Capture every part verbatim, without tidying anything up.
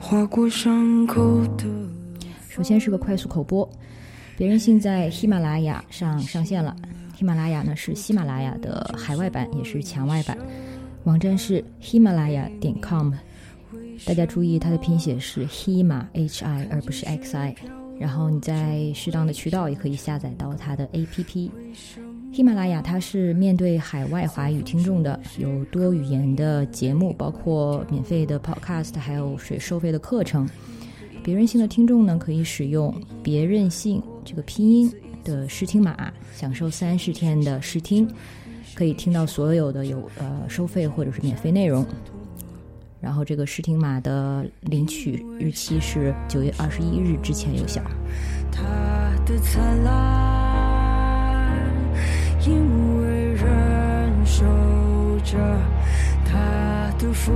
划过伤口的。 首先是个快速口播，别人性在喜马拉雅上上线了。喜马拉雅呢是喜马拉雅的海外版，也是墙外版，网站是 himalaya 点 com。 大家注意它的拼写是 hima H I 而不是 X I， 然后你在适当的渠道也可以下载到它的 A P P。 喜马拉雅它是面对海外华语听众的，有多语言的节目，包括免费的 podcast 还有水收费的课程。别任性的听众呢可以使用别任性这个拼音的试听码，享受三十天的试听，可以听到所有的有呃收费或者是免费内容。然后这个试听码的领取日期是九月二十一日之前有效。 他的灿烂，因为忍受着他的腐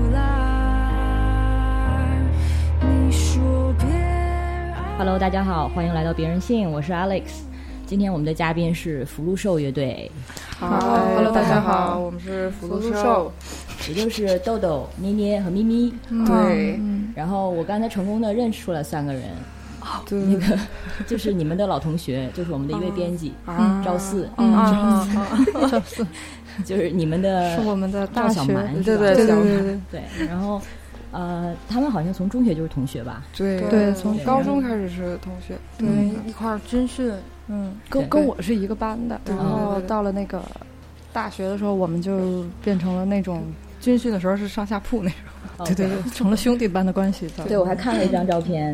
烂。你说别爱。 Hello， 大家好，欢迎来到别任性，我是 Alex。今天我们的嘉宾是福禄寿乐队。 好 ，Hello， 大家好，我们是福禄寿， 也就是豆豆、捏捏和咪咪。 对、 嗯，然后我刚才成功的认出了三个人。 对， 那个就是你们的老同学，就是我们的一位编辑、 啊、 赵四， 嗯啊， 赵四，就是你们的是我们的大学， 赵小蛮， 对对对对对对。然后，呃，他们好像从中学就是同学吧？ 对对，从高中开始是同学，对， 嗯、一块儿军训，嗯，跟跟我是一个班的。然后到了那个大学的时候，我们就变成了那种军训的时候是上下铺那种。对对对，成了兄弟般的关系。 对，我还看了一张照片。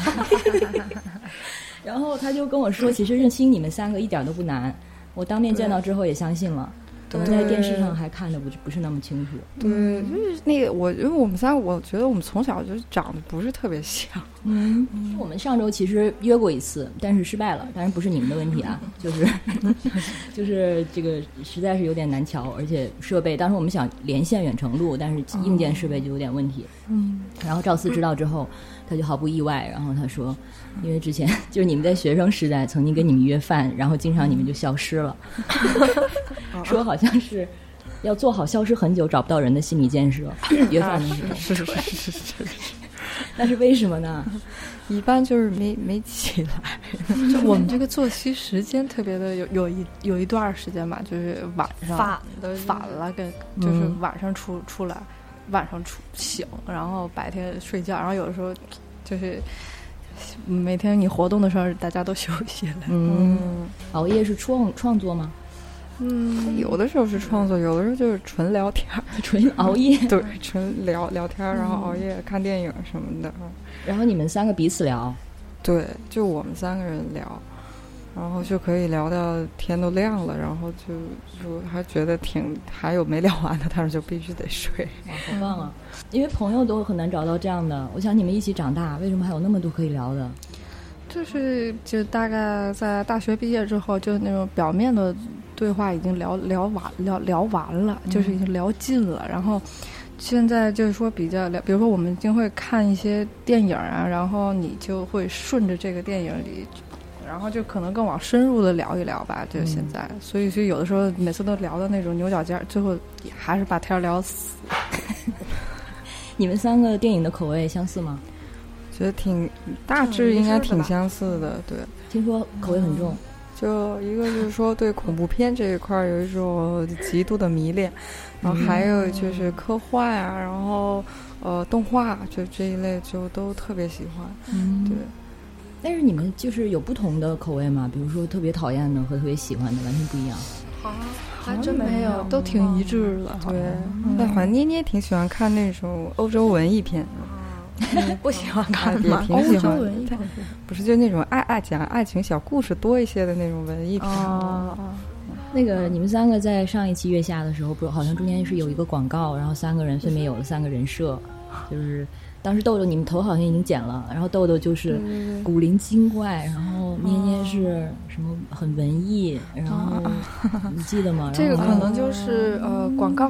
然后他就跟我说，其实认清你们三个一点都不难。我当面见到之后也相信了。我们在电视上还看的不不是那么清楚。 对，就是那个我，因为我们仨，我觉得我们从小就长得不是特别像。 嗯，我们上周其实约过一次，但是失败了。当然不是你们的问题啊，就是就是这个实在是有点难瞧，而且设备当时我们想连线远程录，但是硬件设备就有点问题。嗯，然后赵四知道之后，他就毫不意外，然后他说，因为之前就是你们在学生时代曾经跟你们约饭，然后经常你们就消失了，说好像是要做好消失很久找不到人的心理建设。约饭的时候是是是是是， 那是为什么呢？ 一般就是没没起来， 就我们这个作息时间特别的有有一有一段时间吧，就是晚上反的反了，跟就是晚上出、嗯、出来，晚上出醒，然后白天睡觉，然后有的时候就是每天你活动的时候大家都休息了。 嗯，熬夜是创创作吗？ 嗯，有的时候是创作，有的时候就是纯聊天， 纯熬夜。 对，纯聊聊天，然后熬夜、嗯、看电影什么的。 然后你们三个彼此聊？ 对，就我们三个人聊，然后就可以聊到天都亮了，然后就就还觉得挺还有没聊完的，但是就必须得睡。 哇，好棒啊！因为朋友都很难找到这样的。我想你们一起长大，为什么还有那么多可以聊的？ 就是就大概在大学毕业之后，就那种表面的对话已经聊聊完聊聊完了，就是已经聊尽了。然后现在就是说比较聊，比如说我们就会看一些电影啊，然后你就会顺着这个电影里，然后就可能更往深入的聊一聊吧。就现在，嗯、所以就有的时候每次都聊到那种牛角尖，最后还是把天聊死。 你们三个电影的口味相似吗？ 觉得挺大致应该挺相似的，对。 听说口味很重，嗯、 就一个就是说对恐怖片这一块有一种极度的迷恋，然后还有就是科幻啊，然后呃动画就这一类就都特别喜欢，嗯，对。 但是你们就是有不同的口味吗？比如说特别讨厌的和特别喜欢的完全不一样。 啊，还真没有，都挺一致的。 对，但好像捏捏挺喜欢看那种欧洲文艺片。 嗯、不喜欢看吗？ 也挺喜欢，不是就那种爱爱讲爱情小故事多一些的那种文艺片。 哦，那个你们三个在上一期月下的时候，不是好像中间是有一个广告，然后三个人分别有了三个人设，就是当时豆豆你们头好像已经剪了，然后豆豆就是古灵精怪，然后捏捏是什么很文艺，然后你记得吗？ 这个可能就是呃广告。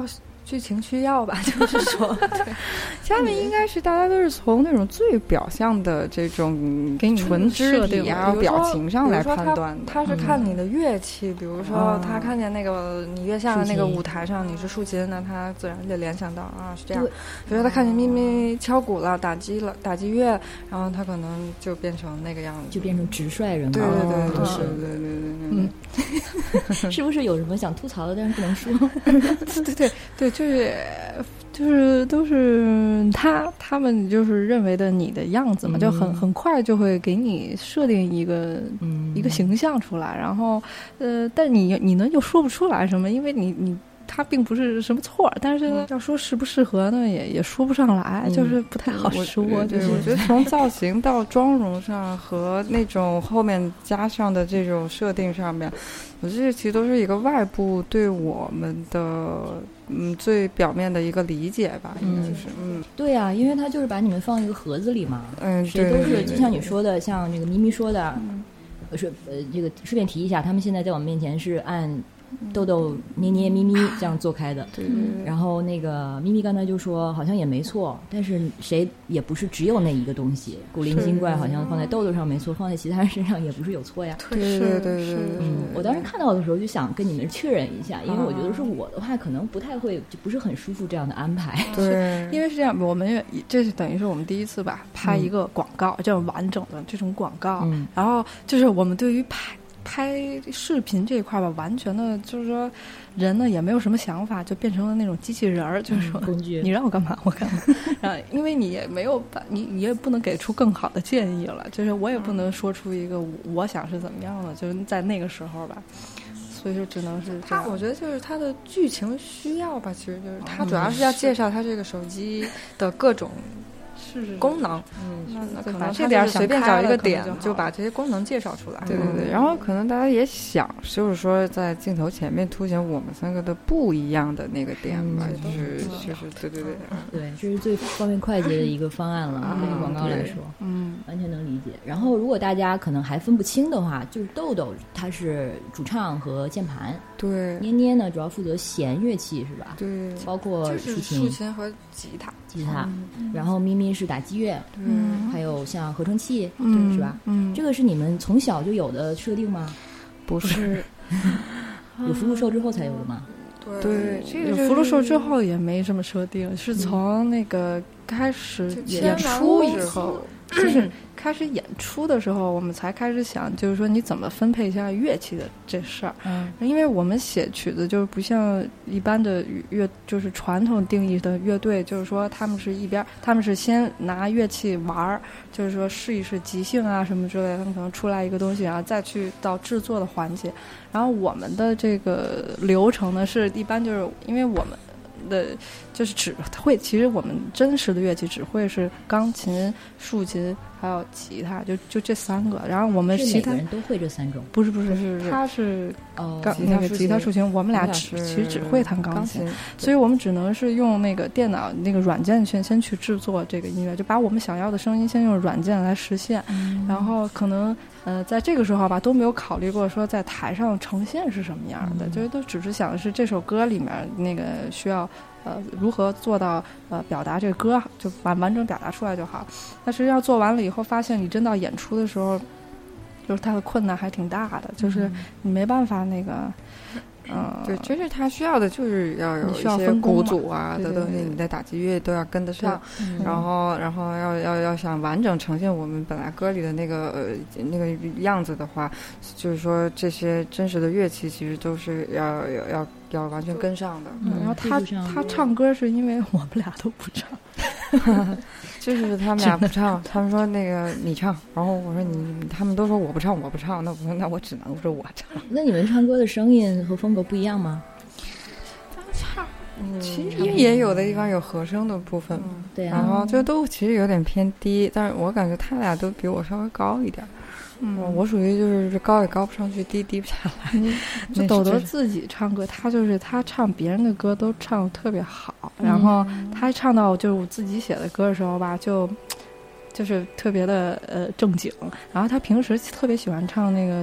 剧情需要吧，就是说，对，下面应该是大家都是从那种最表象的这种给你纯肢体啊、表情上来判断的。 他是看你的乐器，比如说他看见那个你月下的那个舞台上你是竖琴，那他自然就联想到啊是这样。比如说他看见咪咪敲鼓了、打击了、打击乐，然后他可能就变成那个样子， 就变成直率人格。 对对对对是， 对对对对， 嗯，是不是有什么想吐槽的，但是不能说？ 对对对，就是就是都是他他们就是认为的你的样子嘛，嗯、就很很快就会给你设定一个、嗯、一个形象出来，然后呃，但你你呢又说不出来什么，因为你你。它并不是什么错，但是要说适不适合呢，也也说不上来，嗯、就是不太好说。 对， 就是我觉得从造型到妆容上和那种后面加上的这种设定上面，我觉得其实都是一个外部对我们的嗯最表面的一个理解吧，应该是嗯。 对啊，因为他就是把你们放一个盒子里嘛， 嗯， 谁都是就像你说的，像这个咪咪说的，嗯、是呃这个顺便提一下，他们现在在我们面前是按。豆豆捏捏咪咪这样做开的， 对对对。 然后那个咪咪刚才就说好像也没错，但是谁也不是只有那一个东西，古灵精怪好像放在豆豆上没错，放在其他人身上也不是有错呀。 对对对对对。 嗯，我当时看到的时候就想跟你们确认一下，因为我觉得是我的话可能不太会，就不是很舒服这样的安排。 对， 因为是这样，我们也这是等于是我们第一次吧拍一个广告，这种完整的这种广告， 嗯、 然后就是我们对于拍。拍视频这一块吧，完全的就是说，人呢也没有什么想法，就变成了那种机器人儿，就是说， 工具， 你让我干嘛我干嘛。啊，因为你也没有把你，你也不能给出更好的建议了，就是我也不能说出一个我想是怎么样的，就是在那个时候吧。所以说只能是他，我觉得就是他的剧情需要吧，其实就是他主要是要介绍他这个手机的各种。 是功能， 嗯， 那那可能这点随便找一个点就把这些功能介绍出来。对对对，然后可能大家也想，就是说在镜头前面凸显我们三个的不一样的那个点吧， 嗯、 就是就是对对对对，这是最方便快捷的一个方案了，对于广告来说， 嗯， 完全能理解。然后如果大家可能还分不清的话，就是豆豆他是主唱和键盘， 对， 捏捏呢主要负责弦乐器是吧？ 对， 包括竖琴、 竖琴和吉他。 吉他，嗯、然后咪咪是打击乐， 嗯， 还有像合成器， 嗯、 是吧？ 嗯， 这个是你们从小就有的设定吗？ 不是， 有福禄寿之后才有的吗？ 对，对这个、就是、 有福禄寿之后也没这么设定，是从那个开始演出以后，就是开始演出的时候，我们才开始想，就是说你怎么分配一下乐器的这事儿。 嗯， 因为我们写曲子就是不像一般的乐，就是传统定义的乐队，就是说他们是一边，他们是先拿乐器玩儿，就是说试一试即兴啊什么之类的，他们可能出来一个东西，然后再去到制作的环节。然后我们的这个流程呢，是一般就是因为我们的就是只会，其实我们真实的乐器只会是钢琴、竖琴还有吉他，就就这三个。然后我们其他人都会这三种？ 不是不是是，他是哦， 那个吉他、竖琴，我们俩只其实只会弹钢琴，所以我们只能是用那个电脑那个软件先先去制作这个音乐，就把我们想要的声音先用软件来实现， 嗯、 然后可能。呃，在这个时候吧，都没有考虑过说在台上呈现是什么样的，嗯、就是都只是想的是这首歌里面那个需要呃如何做到呃表达这个歌就完完整表达出来就好。但实际上做完了以后，发现你真到演出的时候，就是它的困难还挺大的，就是你没办法那个。嗯， 对，其实他需要的就是要有一些鼓组啊的东西，你的打击乐都要跟得上， 嗯、 然后然后要要要想完整呈现我们本来歌里的那个呃那个样子的话，就是说这些真实的乐器其实都是要要要要完全跟上的。 嗯、 然后他他唱歌是因为我们俩都不唱。 就是他们俩不唱，他们说那个你唱，然后我说你，他们都说我不唱，我不唱，那我说那我只能说我唱。 那你们唱歌的声音和风格不一样吗？ 差，嗯，其实也有的地方有和声的部分， 嗯、对啊， 然后就都其实有点偏低，但是我感觉他俩都比我稍微高一点。嗯，我属于就是高也高不上去，低低不下来。 嗯、就抖抖自己唱歌，他就是他唱别人的歌都唱得特别好，嗯、然后他唱到就是我自己写的歌的时候吧，就就是特别的呃正经。然后他平时特别喜欢唱那个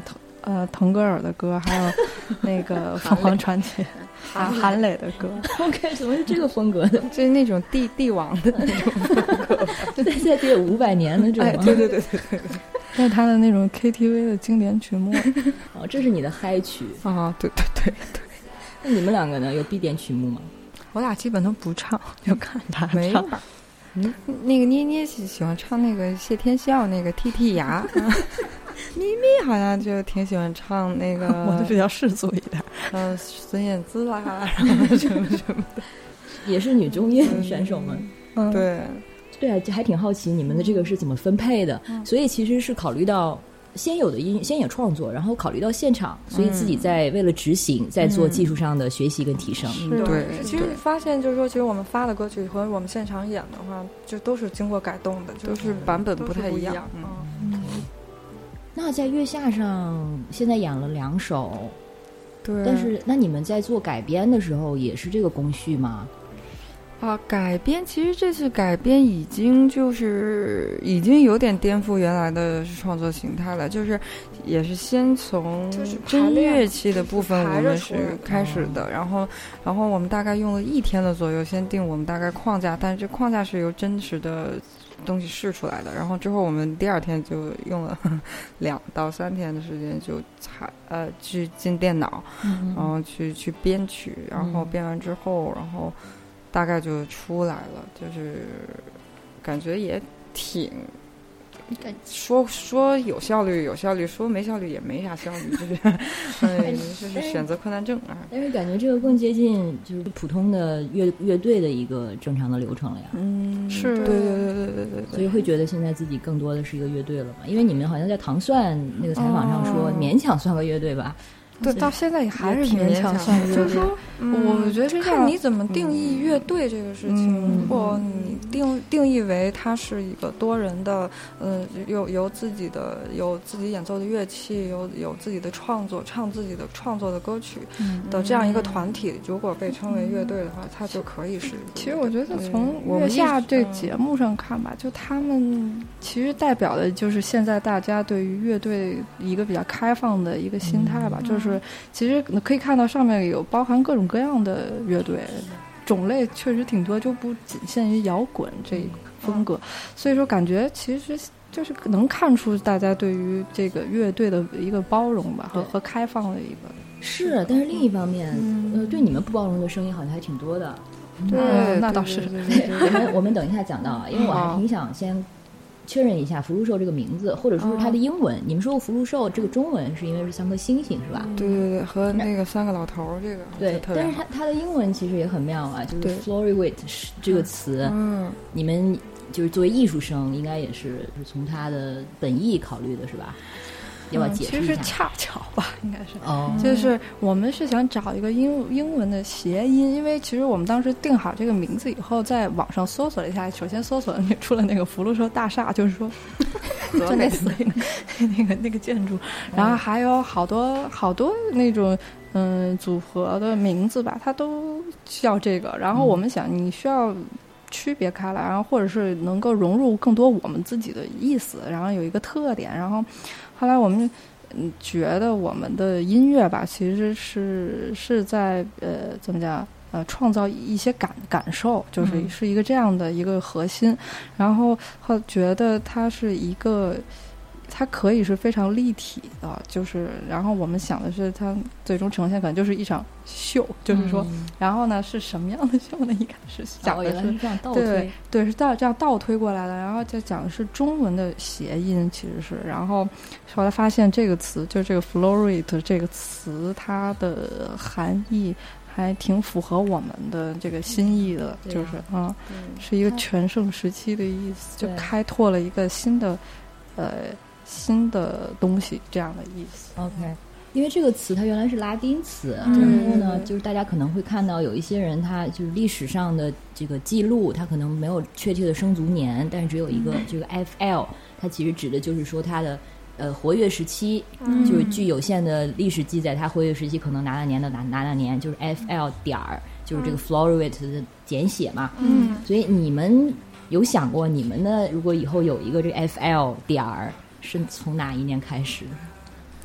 呃腾格尔的歌，还有那个凤凰传奇韩韩磊的歌。 OK， 怎么是这个风格的？ 就是那种帝帝王的那种风格， 在在这五百年的这种、 哎，对对对对对， 这是他的那种 K T V 的经典曲目。 哦，这是你的嗨曲啊，对对对对。 那你们两个呢？有必点曲目吗？ 我俩基本都不唱， 就看他没有吧。嗯，那个捏捏喜喜欢唱那个谢天笑那个剔剔牙，啊、咪咪好像就挺喜欢唱那个， 我就比较世俗一点， 呃，孙燕姿啦，然后什么什么的， 也是女中音选手们。 嗯，对对啊，就还挺好奇你们的这个是怎么分配的，嗯、所以其实是考虑到。先有的音先有创作，然后考虑到现场，所以自己在为了执行，嗯、在做技术上的学习跟提升。 嗯、对， 其实发现就是说，其实我们发的歌曲和我们现场演的话，就都是经过改动的，就都是版本不太一样。 嗯嗯。那在月下上现在演了两首， 对， 但是那你们在做改编的时候也是这个工序吗？ 啊，改编其实这次改编已经就是已经有点颠覆原来的创作形态了，就是也是先从真乐器的部分我们是开始的，然后然后我们大概用了一天的左右先定我们大概框架，但是这框架是由真实的东西试出来的，然后之后我们第二天就用了两到三天的时间就采呃去进电脑， 嗯、 然后去去编曲，然后编完之后，然后。大概就出来了，就是感觉也挺说说有效率有效率，说没效率也没啥效率，就是嗯，就是选择困难症啊。 但是感觉这个更接近就是普通的乐乐队的一个正常的流程了呀。 嗯， 是， 对对对对对对对。 所以会觉得现在自己更多的是一个乐队了嘛？因为你们好像在糖蒜那个采访上说，哦、勉强算个乐队吧。 对，到现在也还是勉强算乐队。 就是说，嗯、我觉得是看你怎么定义乐队这个事情。嗯、如果你定定义为它是一个多人的，呃，有有自己的有自己演奏的乐器，有有自己的创作，唱自己的创作的歌曲的这样一个团体，如果被称为乐队的话，它就可以是。 其实我觉得从月下这节目上看吧，就他们其实代表的就是现在大家对于乐队一个比较开放的一个心态吧，嗯、就是。其实可以看到上面有包含各种各样的乐队，种类确实挺多，就不仅限于摇滚这一风格，所以说感觉其实就是能看出大家对于这个乐队的一个包容吧，和和开放的一个。 是，但是另一方面，嗯、呃，对你们不包容的声音好像还挺多的。 对， 嗯、那倒是。 我们我们等一下讲到啊，因为我还挺想先。确认一下福禄寿这个名字，或者说是它的英文。哦、你们说福禄寿这个中文是因为是三颗星星是吧？ 对对对，和那个三个老头这个对，但是它它的英文其实也很妙啊，就是 Floryweight 这个词， 嗯， 你们就是作为艺术生，应该也是是从它的本意考虑的是吧？要不要解释一下？ 其实恰巧吧，应该是， 哦， 就是我们是想找一个英英文的谐音，因为其实我们当时定好这个名字以后，在网上搜索了一下，首先搜索出了那个福禄寿大厦，就是说，就类似于那个那个建筑，然后还有好多好多那种嗯组合的名字吧，它都叫这个，然后我们想你需要。区别开来，然后或者是能够融入更多我们自己的意思，然后有一个特点，然后后来我们嗯觉得我们的音乐吧，其实是是在呃怎么讲呃创造一些感感受，就是是一个这样的一个核心，嗯、然后后觉得它是一个。它可以是非常立体的，就是然后我们想的是它最终呈现可能就是一场秀，就是说、嗯、然后呢是什么样的秀呢？一开始讲的是、 哦、是这样倒推， 对对，是倒这样倒推过来的，然后就讲的是中文的谐音，其实是，然后后来发现这个词就是这个 Floryweight 这个词，它的含义还挺符合我们的这个心意的， 嗯、 就是啊、嗯，是一个全盛时期的意思，就开拓了一个新的呃。新的东西这样的意思 OK， 因为这个词它原来是拉丁词、嗯、然后呢就是大家可能会看到有一些人他就是历史上的这个记录他可能没有确切的生卒年，但是只有一个这个 F L， 它其实指的就是说它的呃活跃时期、嗯、就是据有限的历史记载它活跃时期可能哪哪年的哪哪哪年，就是 F L 点儿就是这个 Floryweight 的简写嘛。 嗯， 所以你们有想过你们呢如果以后有一个这个 F L 点儿是从哪一年开始？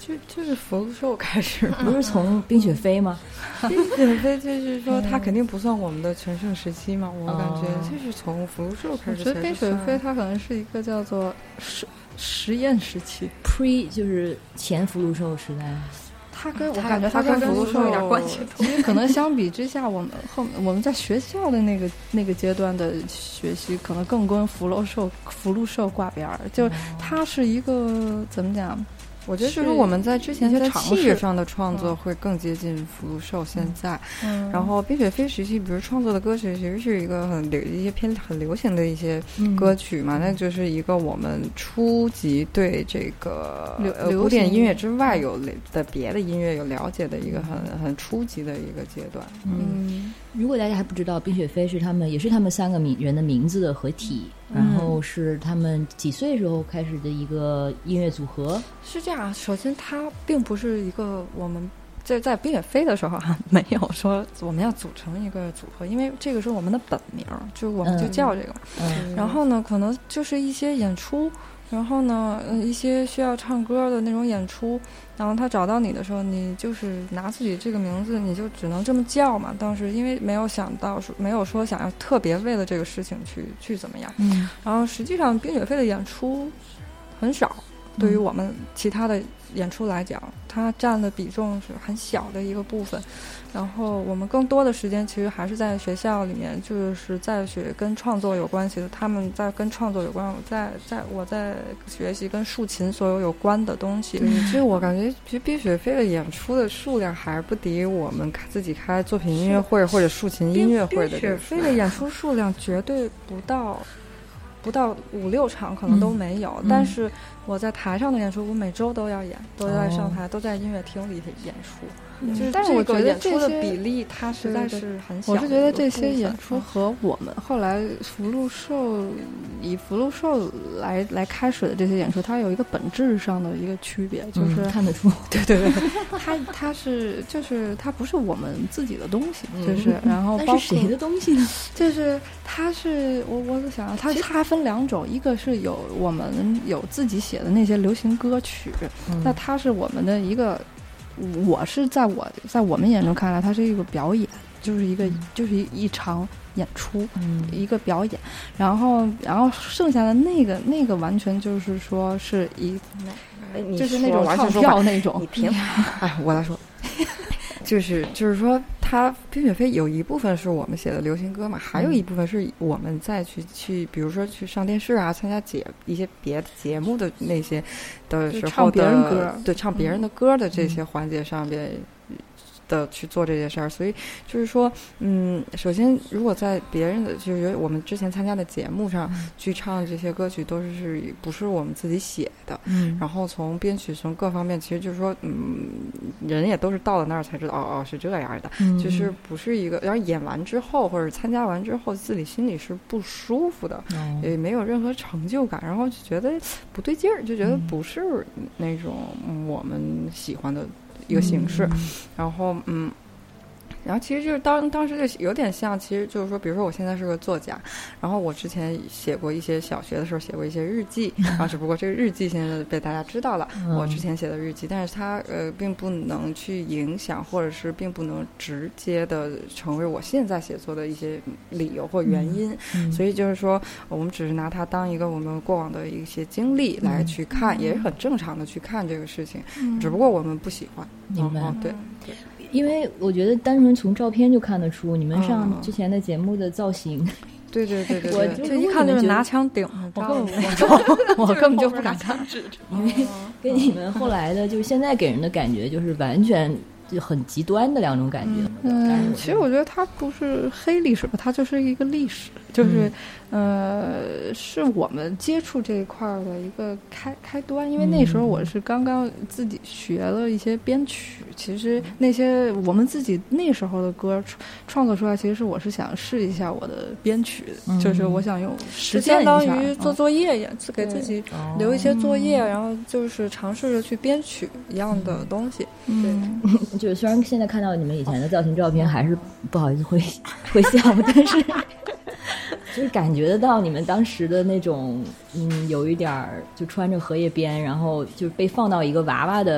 就就是福禄寿开始， 不是从冰雪飞吗？ 冰雪飞就是说它肯定不算我们的全盛时期嘛，我感觉就是从福禄寿开始。 我觉得冰雪飞它可能是一个叫做实实验时期 ，pre 就是前福禄寿时代。 它跟我感觉它跟福禄寿有点关系，其实可能相比之下，我们后我们在学校的那个那个阶段的学习，可能更跟福禄寿福禄寿挂边儿。就它是一个怎么讲？ 我觉得就是我们在之前在器乐上的创作会更接近福禄寿现在，嗯，然后冰雪飞时期，比如创作的歌曲其实是一个很流一些偏很流行的一些歌曲嘛，嗯、那就是一个我们初级对这个呃古典音乐之外有的别的音乐有了解的一个很很初级的一个阶段。 嗯，如果大家还不知道，冰雪飞是他们也是他们三个名人的名字的合体。然后是他们几岁时候开始的一个音乐组合？ 是这样，首先它并不是一个我们在在冰雪飞的时候啊，没有说我们要组成一个组合，因为这个是我们的本名，就我们就叫这个。嗯、然后呢，可能就是一些演出。然后呢，一些需要唱歌的那种演出，然后他找到你的时候，你就是拿自己这个名字，你就只能这么叫嘛。当时因为没有想到说，没有说想要特别为了这个事情去去怎么样。嗯。然后实际上，冰雪飞的演出很少，对于我们其他的演出来讲，它占的比重是很小的一个部分。然后我们更多的时间其实还是在学校里面，就是在学跟创作有关系的，他们在跟创作有关，我在在我在学习跟竖琴所有有关的东西。 对，其实我感觉其实冰雪飞的演出的数量还是不敌我们自己开作品音乐会或者竖琴音乐会的。 冰雪飞的演出数量绝对不到不到五六场，可能都没有、嗯、但是我在台上的演出，我每周都要演，都在上台、哦、都在音乐厅里演出。 嗯、 就是但是我觉得演出的比例它实在是很小。 我是觉得这些演出和我们后来福禄寿以福禄寿来来开始的这些演出，它有一个本质上的一个区别，就是、 嗯、看得出， 对对对，它它是就是它不是我们自己的东西，嗯、就是然后包括那是谁的东西呢？ 就是它是我我想它它还分两种，一个是有我们有自己写的那些流行歌曲，嗯、那它是我们的一个。我是在我在我们眼中看来，它是一个表演，就是一个、嗯、就是一一场演出、嗯，一个表演。然后，然后剩下的那个那个完全就是说是一，就是那种唱跳那种。 你凭哎，我来说，就是就是说，它冰雪飞有一部分是我们写的流行歌嘛，还有一部分是我们再去去，比如说去上电视啊，参加节一些别的节目的那些的时候的唱别人歌， 对，唱别人的歌的这些环节上边。嗯的去做这件事儿，所以就是说，嗯，首先，如果在别人的就是我们之前参加的节目上、嗯、去唱这些歌曲，都是是不是我们自己写的，嗯，然后从编曲从各方面，其实就是说，嗯，人也都是到了那儿才知道，哦哦是这样的，嗯、就是不是一个，然后演完之后或者参加完之后，自己心里是不舒服的，嗯、也没有任何成就感，然后就觉得不对劲儿，就觉得不是那种我们喜欢的。一个形式，嗯、然后嗯，然后其实就是当当时就有点像，其实就是说，比如说我现在是个作家，然后我之前写过一些小学的时候写过一些日记，然后只不过这个日记现在被大家知道了，嗯、我之前写的日记，但是它呃并不能去影响，或者是并不能直接的成为我现在写作的一些理由或原因，嗯嗯、所以就是说，我们只是拿它当一个我们过往的一些经历来去看，嗯、也是很正常的去看这个事情，嗯、只不过我们不喜欢。 明白， 哦、对对， 因为我觉得单纯从照片就看得出你们上之前的节目的造型。嗯、 对对对对， 我就一看就是拿枪顶， 我根本我根本就不敢看，因为跟你们后来的，就是现在给人的感觉就是完全就很极端的两种感觉。 嗯，其实我觉得它不是黑历史吧，它就是一个历史，就是。嗯呃，是我们接触这一块的一个开开端，因为那时候我是刚刚自己学了一些编曲，嗯、其实那些我们自己那时候的歌创作出来，其实我是想试一下我的编曲，嗯、就是我想用实践一下， 相当于做作业也是、哦、给自己留一些作业，然后就是尝试着去编曲一样的东西。 嗯，对，就是虽然现在看到你们以前的造型照片，还是不好意思会会笑，但是。就是感觉得到你们当时的那种，嗯，有一点儿就穿着荷叶边，然后就被放到一个娃娃的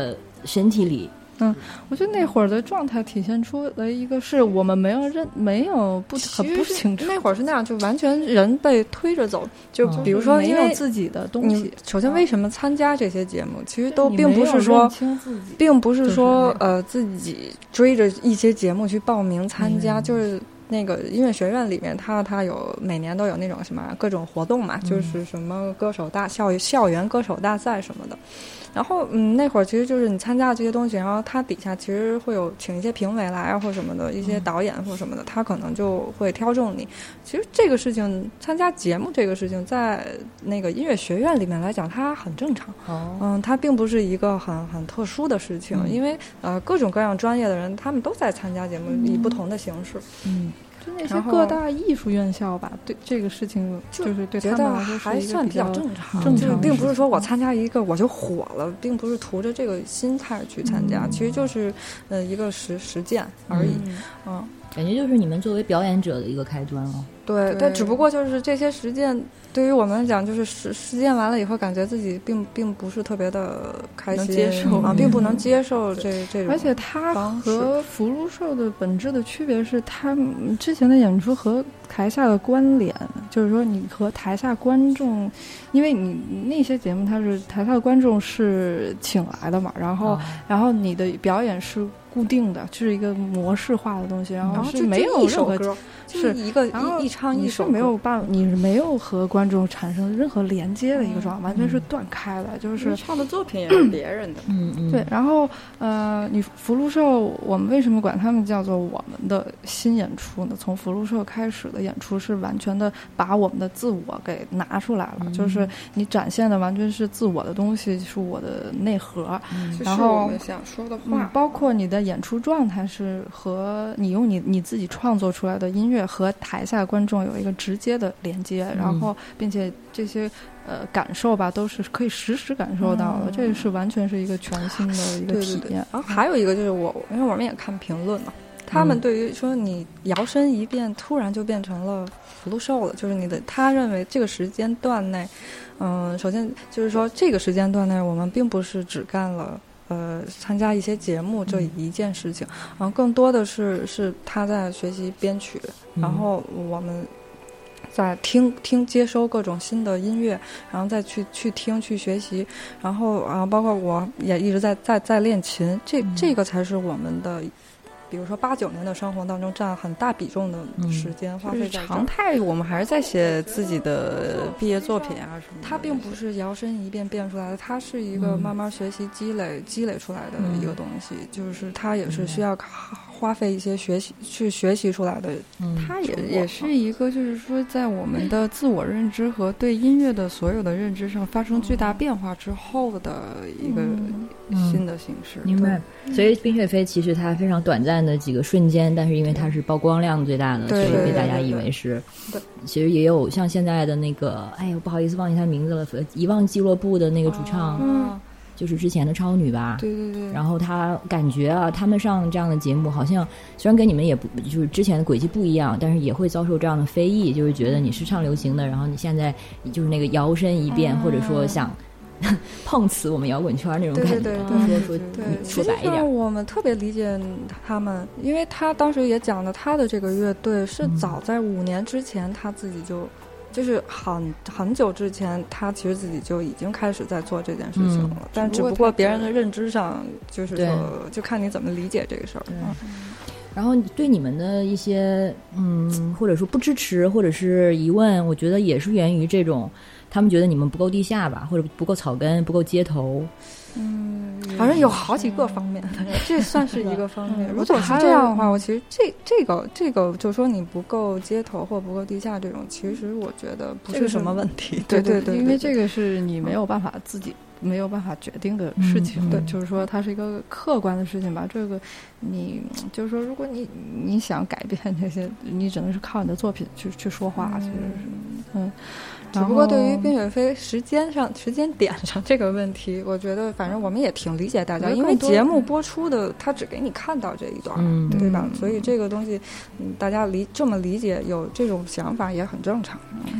身体里。 嗯，我觉得那会儿的状态体现出了一个是我们没有认没有不很不清楚， 那会儿是那样，就完全人被推着走。就比如说，因为自己的东西， 首先为什么参加这些节目，其实都并不是说，并不是说呃自己追着一些节目去报名参加，就是那个音乐学院里面，它它有每年都有那种什么各种活动嘛，就是什么歌手大校校园歌手大赛什么的。然后，嗯，那会儿其实就是你参加这些东西，然后它底下其实会有请一些评委来啊，或什么的，一些导演或什么的，他可能就会挑中你。其实这个事情，参加节目这个事情，在那个音乐学院里面来讲，它很正常。 哦， 嗯，它并不是一个很很特殊的事情， 嗯、 因为呃，各种各样专业的人，他们都在参加节目，嗯、以不同的形式。 嗯。 就那些各大艺术院校吧，对这个事情就是对他们来说还算比较正常， 正常， 并不是说我参加一个我就火了，并不是图着这个心态去参加，嗯、其实就是呃一个实实践而已，嗯。 嗯，感觉就是你们作为表演者的一个开端哦。 对，但只不过就是这些实践对于我们来讲，就是实实践完了以后，感觉自己并并不是特别的开心， 接受啊，并不能接受这这种。 而且它和福禄寿的本质的区别是，他之前的演出和台下的关联，就是说你和台下观众，因为你那些节目它是台下的观众是请来的嘛，然后、哦、然后你的表演是固定的，就是一个模式化的东西，然后是没有任何歌。是一个一一唱一首， 没有办法，你是没有和观众产生任何连接的一个状态，嗯、完全是断开的，就是你唱的作品也是别人的， 嗯嗯， 对。然后呃，你福禄寿，我们为什么管他们叫做我们的新演出呢？从福禄寿开始的演出是完全的把我们的自我给拿出来了，嗯、就是你展现的完全是自我的东西，是我的内核， 嗯、 然后我们想说的话、 嗯，包括你的演出状态是和你用你你自己创作出来的音乐和台下观众有一个直接的连接， 嗯、 然后并且这些呃感受吧都是可以实时感受到的，嗯、这是完全是一个全新的一个体验。 对对对，然后还有一个就是我，因为我们也看评论嘛，他们对于说你摇身一变突然就变成了福禄寿了，就是你的他认为这个时间段内，嗯、呃，首先就是说这个时间段内我们并不是只干了。呃，参加一些节目这一件事情，然后更多的是是他在学习编曲，然后我们在听听接收各种新的音乐，然后再去去听去学习，然后啊，包括我也一直在在在练琴，这这个才是我们的。比如说八九年的生活当中占很大比重的时间花费在、 嗯、常态，我们还是在写自己的毕业作品啊什么的。 它并不是摇身一变变出来的，它是一个慢慢学习积累、嗯、积累出来的一个东西，嗯、就是它也是需要花费一些学习去学习出来的。 嗯、它也也是一个，就是说在我们的自我认知和对音乐的所有的认知上发生巨大变化之后的一个新的形式。 明白。所以冰雪飞其实它非常短暂的几个瞬间，但是因为它是曝光量最大的，所以被大家以为是。 对， 其实也有像现在的那个，哎呦不好意思忘记他名字了，遗忘俱乐部的那个主唱， 嗯， 就是之前的超女吧。 对对对。 然后他感觉啊，他们上这样的节目，好像虽然跟你们也不就是之前的轨迹不一样，但是也会遭受这样的非议，就是觉得你是唱流行的，然后你现在就是那个摇身一变，嗯、或者说想。碰瓷我们摇滚圈那种感觉， 对对对说说对， 说白一点， 我们特别理解他们，因为他当时也讲了，他的这个乐队是早在五年之前，他自己就就是很很久之前，他其实自己就已经开始在做这件事情了，嗯、但只不过别人的认知上，就是说，就看你怎么理解这个事儿。 嗯然后对你们的一些嗯，或者说不支持，或者是疑问，我觉得也是源于这种，他们觉得你们不够地下吧，或者不够草根，不够街头。 嗯，反正有好几个方面，这算是一个方面。如果是这样的话，我其实这这个这个，就说你不够街头或不够地下这种，其实我觉得不是什么问题。 对对对， 因为这个是你没有办法自己。没有办法决定的事情， 嗯、 对，就是说它是一个客观的事情吧。这个你就是说，如果你你想改变这些，你只能是靠你的作品去去说话， 嗯、 其实是嗯。 只不过对于冰雪飞时间上、时间点上这个问题，我觉得反正我们也挺理解大家，因为节目播出的他只给你看到这一段， 嗯、 对吧？所以这个东西，嗯，大家理这么理解，有这种想法也很正常。 嗯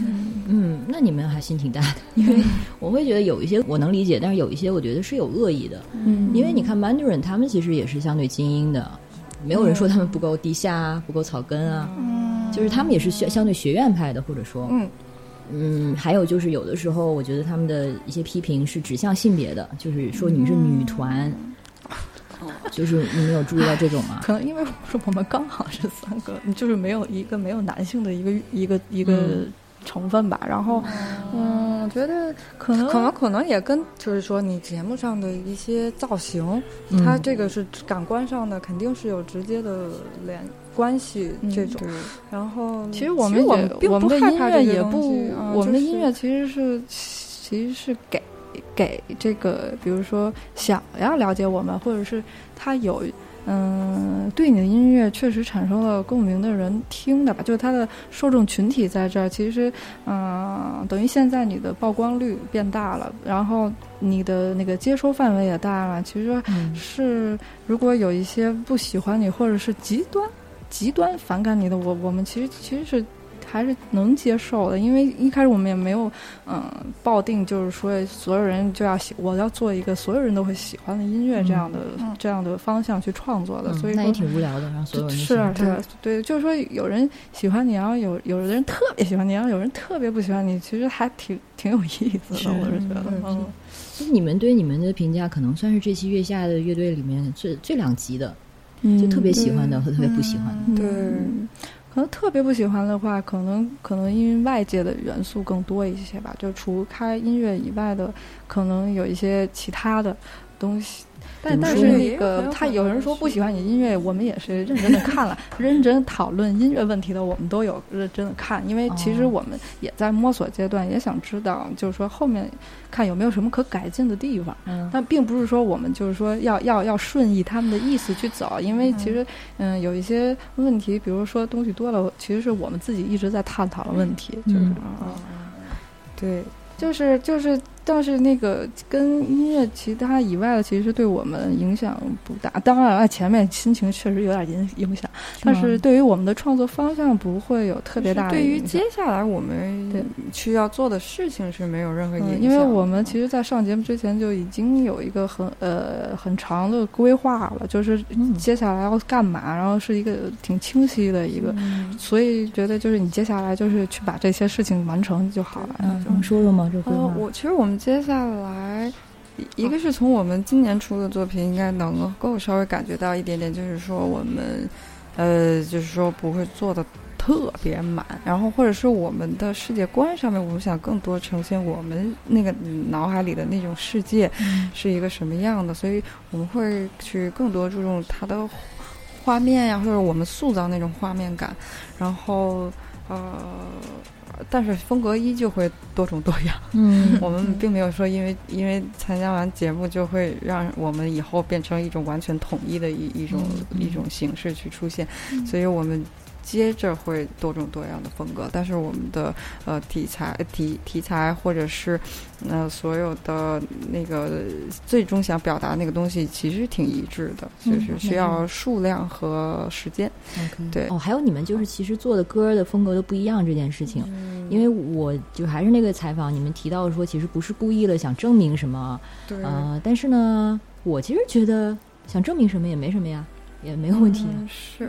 嗯，那你们还心挺大的，因为我会觉得有一些我能理解，但是有一些我觉得是有恶意的。嗯，因为你看 Mandarin 他们其实也是相对精英的，没有人说他们不够地下啊，不够草根啊，嗯，就是他们也是相对学院派的，或者说，嗯嗯，还有就是有的时候我觉得他们的一些批评是指向性别的，就是说你们是女团。嗯，就是你们有注意到这种吗？ 可能因为是我们刚好是三个，就是没有一个没有男性的一个一个一个成分吧。然后，嗯，我觉得可能可能可能也跟就是说你节目上的一些造型，嗯、它这个是感官上的，肯定是有直接的连关系这种。嗯、然后， 其实我们也并我们的音乐也不， 啊、 我们的音乐其实是、就是、其实是给。给这个比如说想要了解我们，或者是他有嗯对你的音乐确实产生了共鸣的人听的吧，就是他的受众群体在这儿，其实嗯等于现在你的曝光率变大了，然后你的那个接收范围也大了，其实是如果有一些不喜欢你或者是极端极端反感你的，我我们其实其实是还是能接受的，因为一开始我们也没有嗯抱定就是说所有人就要喜我要做一个所有人都会喜欢的音乐这样的、嗯、这样的方向去创作的、嗯、所以说那也挺无聊的，让所有人是啊是啊对，就是说有人喜欢你，然后有有的人特别喜欢你，然后有人特别不喜欢你，其实还挺挺有意思的，我是觉得嗯， 其实你们对你们的评价可能算是这期月下的乐队里面最最两极的、嗯、就特别喜欢的和特别不喜欢的、 嗯、对、嗯可能特别不喜欢的话，可能可能因为外界的元素更多一些吧，就除开音乐以外的，可能有一些其他的东西。但但是那个他有人说不喜欢你音乐，我们也是认真的看了，认真讨论音乐问题的，我们都有认真的看，因为其实我们也在摸索阶段，也想知道，就是说后面看有没有什么可改进的地方。嗯，但并不是说我们就是说要要要顺应他们的意思去走，因为其实嗯有一些问题，比如说东西多了，其实是我们自己一直在探讨的问题，就是啊、嗯嗯，对，就是就是。但是那个跟音乐其他以外的，其实对我们影响不大。当然，前面心情确实有点影影响，但是对于我们的创作方向不会有特别大的影响。 对于接下来我们需要做的事情是没有任何影响、 嗯。因为我们其实，在上节目之前就已经有一个很呃很长的规划了，就是接下来要干嘛，然后是一个挺清晰的一个，嗯、所以觉得就是你接下来就是去把这些事情完成就好了。 嗯，能说说吗？这个规划？ 呃、我其实我们。接下来一个是从我们今年出的作品应该能够稍微感觉到一点点，就是说我们呃就是说不会做的特别满，然后或者是我们的世界观上面我们想更多呈现我们那个脑海里的那种世界是一个什么样的，所以我们会去更多注重它的画面呀，或者我们塑造那种画面感，然后呃但是风格依旧会多种多样。嗯，我们并没有说因为因为参加完节目就会让我们以后变成一种完全统一的一一种、嗯、一种形式去出现，嗯、所以我们接着会多种多样的风格，但是我们的呃题材题题材或者是呃所有的那个最终想表达那个东西其实挺一致的，就是需要数量和时间。 嗯、 对哦，还有你们就是其实做的歌的风格都不一样这件事情，嗯、因为我就还是那个采访，你们提到说其实不是故意的想证明什么，对啊、呃，但是呢，我其实觉得想证明什么也没什么呀，也没有问题、啊嗯、是。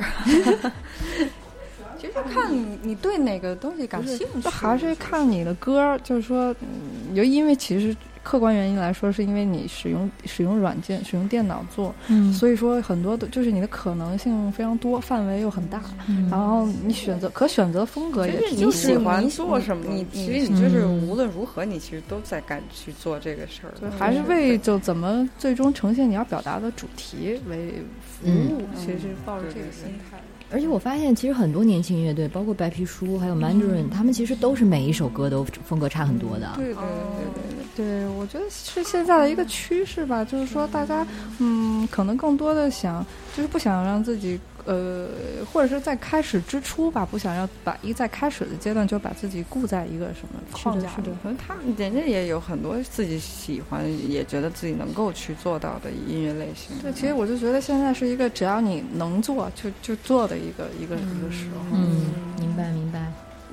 其实看你你对哪个东西感兴趣， 就还是看你的歌，就是说，嗯，就因为其实客观原因来说，是因为你使用使用软件、使用电脑做，嗯，所以说很多的就是你的可能性非常多，范围又很大，嗯、然后你选择可选择风格也你喜欢做什么，你其实你就是无论如何，你其实都在敢去做这个事儿， 就还是为就怎么最终呈现你要表达的主题为服务，嗯、其实抱着这个心态。 而且我发现其实很多年轻乐队包括白皮书还有 Mandarin、嗯、他们其实都是每一首歌都风格差很多的。 对对对对对对，我觉得是现在的一个趋势吧，就是说大家嗯可能更多的想就是不想让自己呃或者是在开始之初吧，不想要把一在开始的阶段就把自己固在一个什么框架里。 是的，可能他们人家也有很多自己喜欢也觉得自己能够去做到的音乐类型。 对，其实我就觉得现在是一个只要你能做就就做的一个一个、嗯、一个时候。 嗯，明白明白。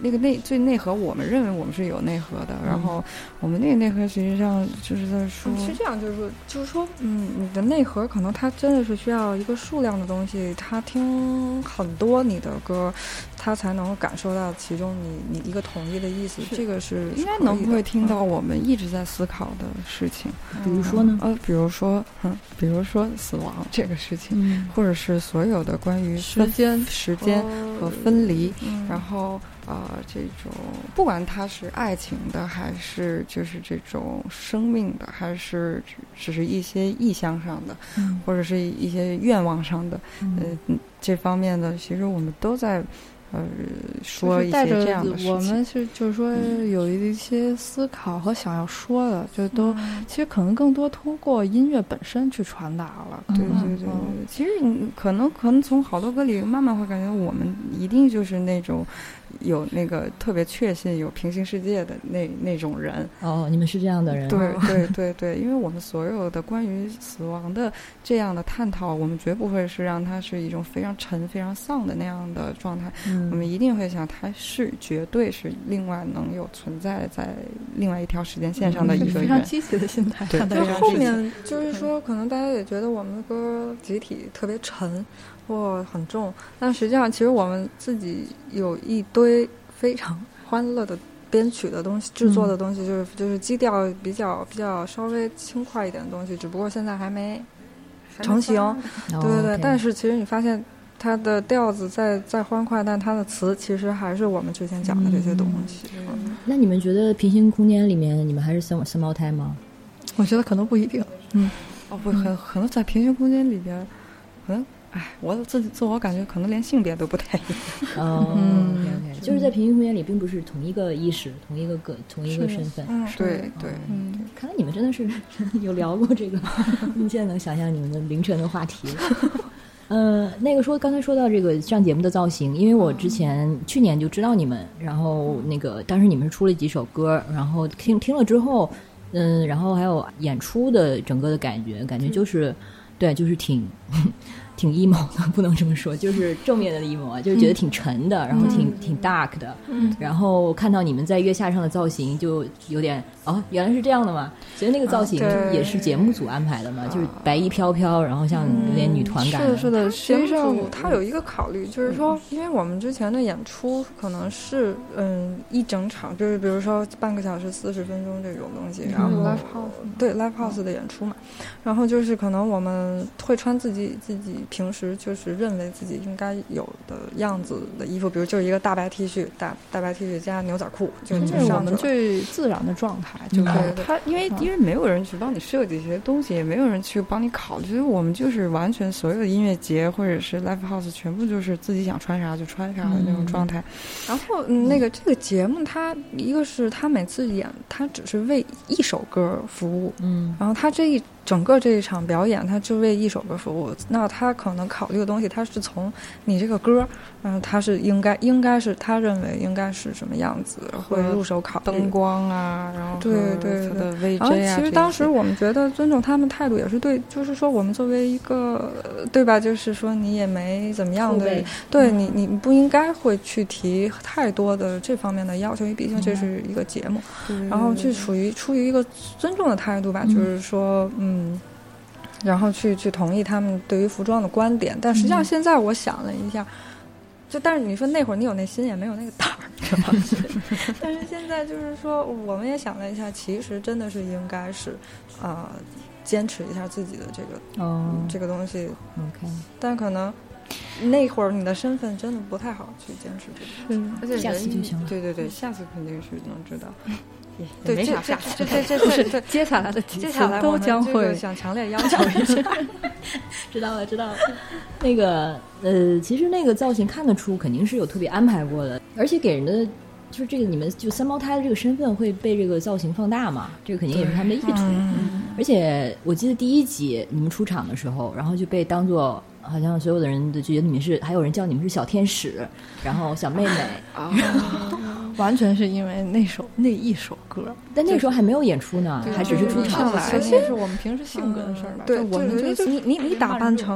那个内最内核，我们认为我们是有内核的，嗯、然后我们那个内核实际上就是在说， 嗯、是这样，就是说，就是说，嗯，你的内核可能它真的是需要一个数量的东西，他听很多你的歌，他才能够感受到其中你你一个统一的意思，这个是应该能会听到我们一直在思考的事情， 比如说呢， 呃，比如说，嗯，比如说死亡这个事情，嗯、或者是所有的关于时间、 时间和分离， 嗯、 然后呃，这种不管它是爱情的，还是就是这种生命的，还是只是一些意向上的， 嗯、 或者是一些愿望上的， 嗯、 呃，这方面的，其实我们都在。呃，说一些这样的事情， 我们是就是说有一些思考和想要说的，就都、嗯、其实可能更多通过音乐本身去传达了。 对对对对，嗯、其实你可能可能从好多歌里慢慢会感觉我们一定就是那种有那个特别确信有平行世界的那那种人。 哦，你们是这样的人。 对对对对，因为我们所有的关于死亡的这样的探讨，我们绝不会是让它是一种非常沉、非常丧的那样的状态。嗯、我们一定会想，它是绝对是另外能有存在在另外一条时间线上的一个人。 非常积极的心态。 对， 但后面就是说，可能大家也觉得我们的歌集体特别沉或很重，但实际上，其实我们自己有一堆非常欢乐的编曲的东西、制作的东西，就是就是基调比较比较稍微轻快一点的东西，只不过现在还没成型。对对对， oh, okay. 但是其实你发现它的调子在在欢快，但它的词其实还是我们之前讲的这些东西。 嗯嗯、那你们觉得平行空间里面你们还是三三胞胎吗？ 我觉得可能不一定。嗯， 哦不，很可能在平行空间里边，可能。哎，我自己自我感觉可能连性别都不太一样。 哦，嗯 okay, okay. 就是在平行空间里并不是同一个意识、同一个个、同一个身份。 嗯， 对对。 嗯，看来你们真的是有聊过这个，你现在能想象你们的凌晨的话题。呃，那个说刚才说到这个上节目的造型，因为我之前、嗯、去年就知道你们，然后那个当时你们是出了几首歌，然后听听了之后，嗯，然后还有演出的整个的感觉，感觉就是，嗯、对，就是挺。挺 emo 的，不能这么说，就是正面的 emo 啊，就是觉得挺沉的，嗯、然后挺挺 dark 的， 嗯， 然后看到你们在月下上的造型，就有点哦，原来是这样的嘛，所以那个造型也是节目组安排的嘛，啊、就是白衣飘飘，然后像有点女团感的。 嗯、是的，是的，实际上它有一个考虑，就是说，因为我们之前的演出可能是嗯一整场，就是比如说半个小时、四十分钟这种东西，然后、 嗯、live house 对 live house 的演出嘛，然后就是可能我们会穿自己自己。平时就是认为自己应该有的样子的衣服，比如就是一个大白 T 恤、大大白 T 恤加牛仔裤，就这是我们最自然的状态。就是他，因为因为没有人去帮你设计这些东西，也没有人去帮你考虑，所以我们就是完全所有的音乐节或者是 live house 全部就是自己想穿啥就穿啥的那种状态。 嗯、然后、嗯、那个这个节目，它一个是他每次演，他只是为一首歌服务， 嗯， 然后他这一。整个这一场表演，他就为一首歌服务。那他可能考虑的东西，他是从你这个歌，嗯，他是应该应该是他认为应该是什么样子，会入手考虑灯光啊，然后对对对的 V J 啊。然后其实当时我们觉得尊重他们态度也是对，就是说我们作为一个对吧，就是说你也没怎么样的，对你你不应该会去提太多的这方面的要求，因为毕竟这是一个节目， 嗯、 然后就属于出于一个尊重的态度吧， 嗯、 就是说嗯。嗯，然后去去同意他们对于服装的观点，但实际上现在我想了一下，嗯、就但是你说那会儿你有那心也没有那个胆儿，是吧？但是现在就是说，我们也想了一下，其实真的是应该是啊、呃，坚持一下自己的这个哦、 嗯、这个东西。 OK， 但可能那会儿你的身份真的不太好去坚持这个， 而且下次就行了。 对对对，下次肯定是能知道。 对， 没啥下这这这这这接下来的几次都将会想强烈要求一下。 知道了，知道了。那个呃，其实那个造型看得出肯定是有特别安排过的，而且给人的就是这个你们就三胞胎的这个身份会被这个造型放大嘛，这个肯定也是他们的意图。 嗯、 而且我记得第一集你们出场的时候，然后就被当做好像所有的人都觉得你们是，还有人叫你们是小天使，然后小妹妹啊。完全是因为那首那一首歌， 但那时候还没有演出呢，还只是出场来。其实是我们平时性格的事儿吧。 对， 我们就你你你你打扮成那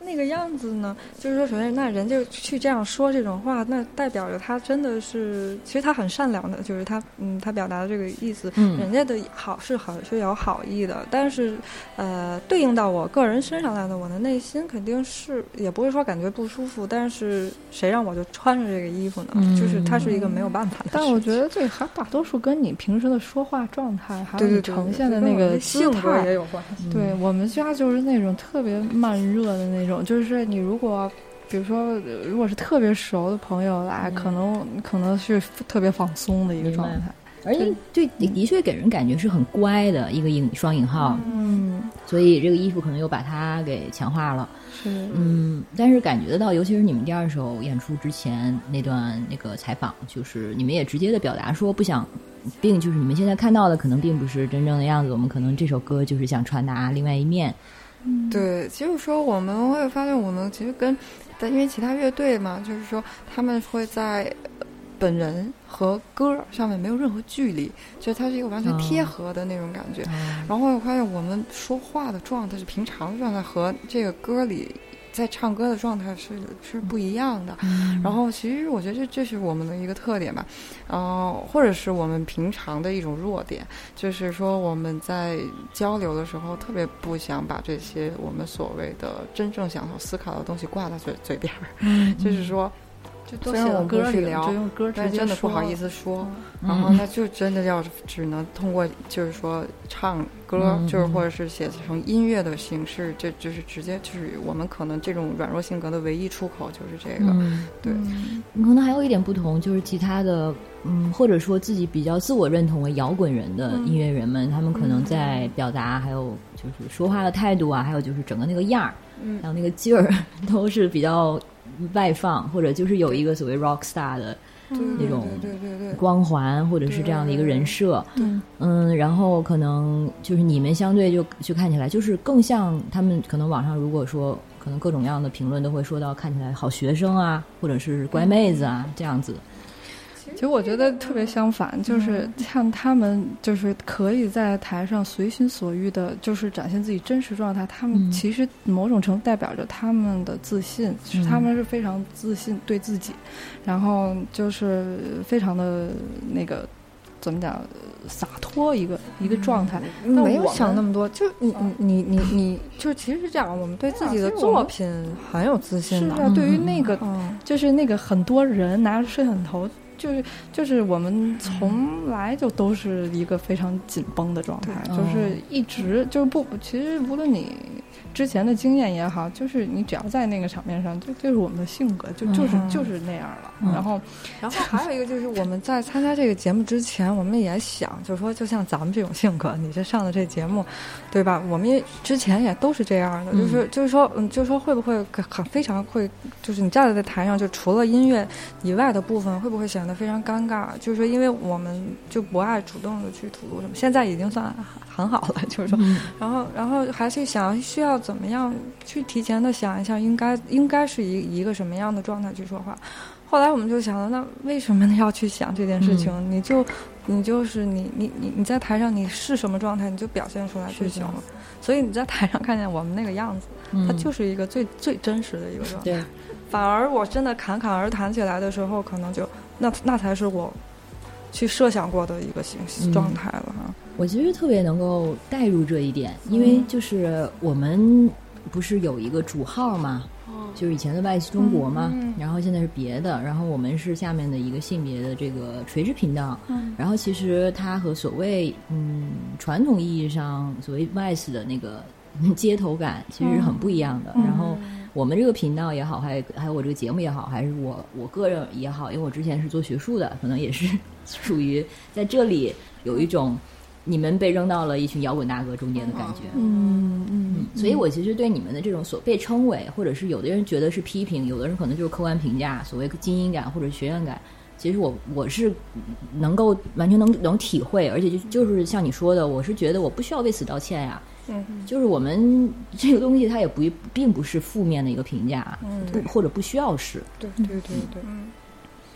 那个样子呢？就是说，首先，那人家去这样说这种话，那代表着他真的是，其实他很善良的，就是他，嗯，他表达的这个意思， 嗯， 人家的好是好是有好意的，但是，呃，对应到我个人身上来的，我的内心肯定是也不会说感觉不舒服，但是谁让我就穿着这个衣服呢？嗯、就是它是一个没有办法的事情。 但我觉得这还大多数跟你平时的说话状态，还有你呈现的那个性格也有关系。 对，我们家就是那种特别慢热的那种，就是你如果比如说如果是特别熟的朋友来，嗯、可能可能是特别放松的一个状态。 而且对的确给人感觉是很乖的一个引双引号， 嗯， 所以这个衣服可能又把它给强化了， 是， 嗯，但是感觉得到，尤其是你们第二首演出之前那段那个采访，就是你们也直接的表达说不想，并就是你们现在看到的可能并不是真正的样子，我们可能这首歌就是想传达另外一面。 嗯，对，就是说我们会发现，我们其实跟，但因为其他乐队嘛，就是说他们会在本人和歌上面没有任何距离，就是它是一个完全贴合的那种感觉。嗯、然后我发现我们说话的状态是平常的状态和这个歌里在唱歌的状态是是不一样的。嗯、然后其实我觉得这这是我们的一个特点吧，呃，或者是我们平常的一种弱点，就是说我们在交流的时候特别不想把这些我们所谓的真正想要思考的东西挂在嘴嘴边儿，嗯、就是说。 就都写了歌里聊， 就用歌直接真的不好意思说，嗯、然后那就真的要只能通过就是说唱歌，嗯、就是或者是写成音乐的形式，这就是直接就是我们可能这种软弱性格的唯一出口就是这个，嗯、对。 可能还有一点不同，就是其他的，嗯，或者说自己比较自我认同为摇滚人的音乐人们，嗯、他们可能在表达，还有就是说话的态度啊，还有就是整个那个样儿，嗯、还有那个劲儿，都是比较外放，或者就是有一个所谓 rock star 的那种光环，或者是这样的一个人设，嗯，然后可能就是你们相对就就看起来就是更像他们，可能网上如果说可能各种各样的评论都会说到看起来好学生啊，或者是乖妹子啊这样子。 其实我觉得特别相反，就是像他们就是可以在台上随心所欲的就是展现自己真实状态，他们其实某种程度代表着他们的自信，嗯、他们是非常自信对自己，然后就是非常的那个怎么讲洒脱一个一个状态， 嗯、没有想那么多，就你你你你你就其实是这样，我们对自己的作品很有自信的， 是啊，对于那个、嗯、就是那个很多人拿着摄像头。就是就是我们从来就都是一个非常紧绷的状态，嗯、就是一直就是不，其实无论你之前的经验也好，就是你只要在那个场面上，就就是我们的性格，就就是、嗯、就是那样了。嗯、然后， 然后还有一个就是我们在参加这个节目之前，我们也想，就是说，就像咱们这种性格，你这上的这节目，对吧？我们也之前也都是这样的，嗯、就是就是说，嗯，就是说会不会很非常会，就是你站在台上，就除了音乐以外的部分，会不会显得非常尴尬？就是说，因为我们就不爱主动的去吐露什么，现在已经算很好了，就是说，嗯、然后然后还是想需要怎么样去提前的想一下，应该应该是一一个什么样的状态去说话。后来我们就想了，那为什么要去想这件事情？嗯、你就你就是你你你你在台上你是什么状态，你就表现出来就行了。所以你在台上看见我们那个样子，嗯、它就是一个最最真实的一个状态。对，反而我真的侃侃而谈起来的时候，可能就那那才是我去设想过的一个形状态了哈。 我其实特别能够带入这一点，因为就是我们不是有一个主号嘛。就是以前的外企中国嘛，嗯嗯、然后现在是别的，然后我们是下面的一个性别的这个垂直频道，嗯、然后其实它和所谓嗯传统意义上所谓 Vice 的那个街头感其实是很不一样的。嗯、然后我们这个频道也好，还还有我这个节目也好，还是我我个人也好，因为我之前是做学术的，可能也是属于在这里有一种。你们被扔到了一群摇滚大哥中间的感觉， 嗯嗯， 所以我其实对你们的这种所被称为，或者是有的人觉得是批评，有的人可能就是客观评价，所谓精英感或者学院感，其实我我是能够完全能能体会，而且就就是像你说的，我是觉得我不需要为此道歉呀、啊，嗯，就是我们这个东西它也不并不是负面的一个评价，嗯，不或者不需要是， 对对对对，嗯。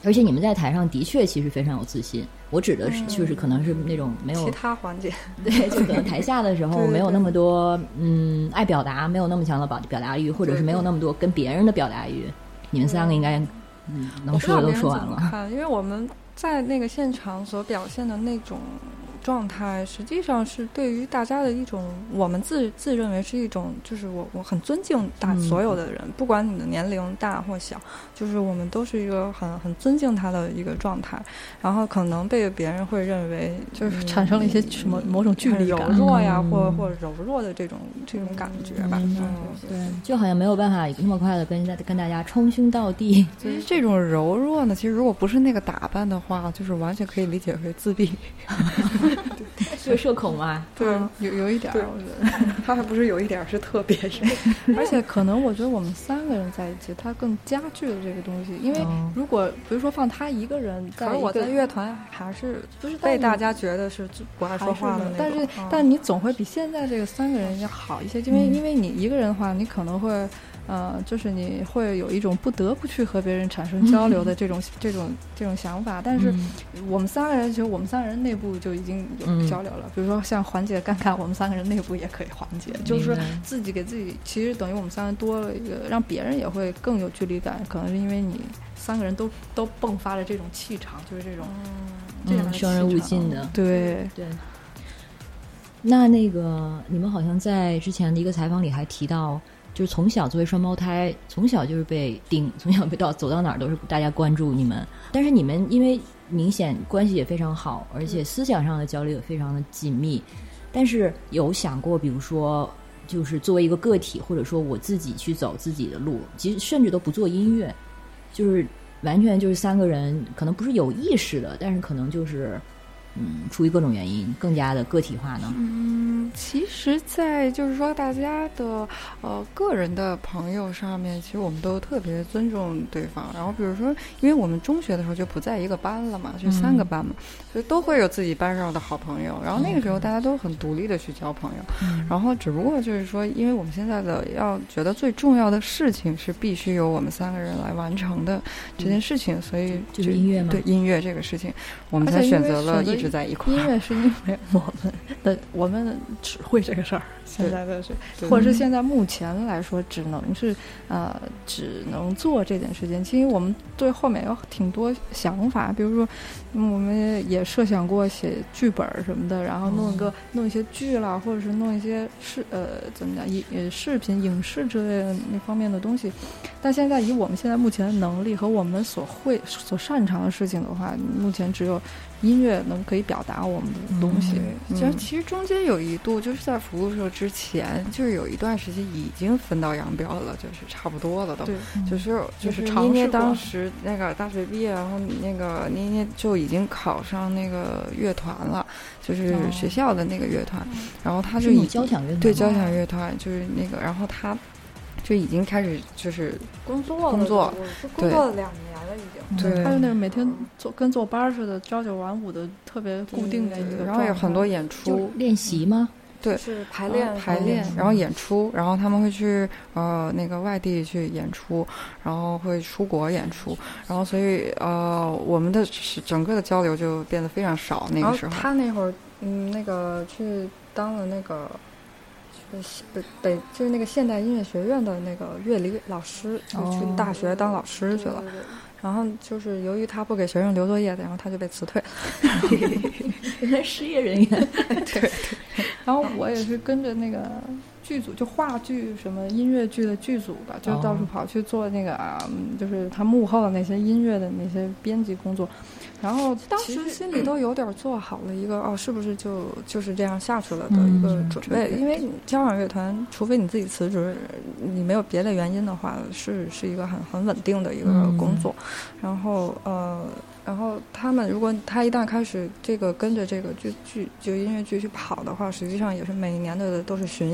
而且你们在台上的确其实非常有自信，我指的是就是可能是那种没有其他环节， 对，就可能台下的时候没有那么多嗯爱表达，没有那么强的表表达欲，或者是没有那么多跟别人的表达欲。你们三个应该嗯能说的都说完了。 因为我们在那个现场所表现的那种状态，实际上是对于大家的一种，我们自自认为是一种，就是我我很尊敬大所有的人，嗯、不管你的年龄大或小，就是我们都是一个很很尊敬他的一个状态。然后可能被别人会认为就是产生了一些什么某种距离感、 柔弱呀，嗯、或或柔弱的这种这种感觉吧。 嗯嗯、对，就好像没有办法那么快的跟跟大家称兄道弟。 其实这种柔弱呢，其实如果不是那个打扮的话，就是完全可以理解为自闭。 就社恐嘛， 对，有有一点，我觉得他还不是有一点，是特别是， 而且可能我觉得我们三个人在一起，他更加剧了这个东西。因为如果比如说放他一个人在一个， 可是我在乐团还是不是被大家觉得是不爱说话的那种， 但是、嗯、但你总会比现在这个三个人要好一些，因为、嗯、因为你一个人的话，你可能会。呃，就是你会有一种不得不去和别人产生交流的这种、嗯、这种这种想法，但是我们三个人，其实我们三个人内部就已经有交流了。嗯、比如说像缓解尴尬，我们三个人内部也可以缓解，就是自己给自己，其实等于我们三个人多了一个，让别人也会更有距离感。可能是因为你三个人都都迸发了这种气场，就是这种嗯这样的生人勿近的， 对对。那那个你们好像在之前的一个采访里还提到。就是从小作为双胞胎，从小就是被盯，从小被到走到哪儿都是大家关注你们。但是你们因为明显关系也非常好，而且思想上的交流也非常的紧密。但是有想过，比如说，就是作为一个个体，或者说我自己去走自己的路，其实甚至都不做音乐，就是完全就是三个人，可能不是有意识的，但是可能就是嗯，出于各种原因，更加的个体化呢。 嗯，其实在就是说大家的呃个人的朋友上面，其实我们都特别尊重对方。然后比如说，因为我们中学的时候就不在一个班了嘛，就三个班嘛，嗯、所以都会有自己班上的好朋友。然后那个时候大家都很独立的去交朋友。嗯、然后只不过就是说，因为我们现在的要觉得最重要的事情是必须由我们三个人来完成的这件事情，嗯、所以就, 就是音乐嘛， 对音乐这个事情，我们才选择了一直在一块。 音乐是因为我们的我们只会这个事儿，现在的是，或者是现在目前来说，只能是呃，只能做这件事情。其实我们对后面有挺多想法，比如说，嗯、我们也设想过写剧本什么的，然后弄一个、嗯、弄一些剧啦，或者是弄一些视呃怎么讲影呃视频、影视之类的那方面的东西。但现在以我们现在目前的能力和我们所会所擅长的事情的话，目前只有音乐能可以表达我们的东西。 嗯、其实其实中间有一度就是在福禄寿之前，就是有一段时间已经分道扬镳了，就是差不多了都。 对， 就是就是妮妮当时那个大学毕业，然后那个妮妮就已经考上那个乐团了，就是学校的那个乐团，哦、然后他就以交响乐团对交响乐团就是那个，然后他就已经开始就是工作工作， 工作了两年了已经。 对， 他是那个每天做跟坐班似的，朝九晚五的，特别固定的一个， 然后有很多演出练习吗？ 对， 是排练、 呃、排练，然后演出，然后他们会去呃那个外地去演出，然后会出国演出，然后所以呃我们的整个的交流就变得非常少。那个时候， 他那会儿嗯那个去当了那个。北北就是那个现代音乐学院的那个乐理老师，就去大学当老师去了。哦、然后就是由于他不给学生留作业的，然后他就被辞退了。 原来失业人员。 对对。 然后我也是跟着那个剧组，就话剧什么音乐剧的剧组吧，就到处跑去做那个啊，嗯、就是他幕后的那些音乐的那些编辑工作。然后当时心里都有点做好了一个哦，是不是就就是这样下去了的一个准备？嗯、因为交响乐团，除非你自己辞职，你没有别的原因的话，是是一个很很稳定的一个工作。嗯、然后呃，然后他们如果他一旦开始这个跟着这个剧剧就音乐剧去跑的话，实际上也是每一年的都是巡演，嗯、就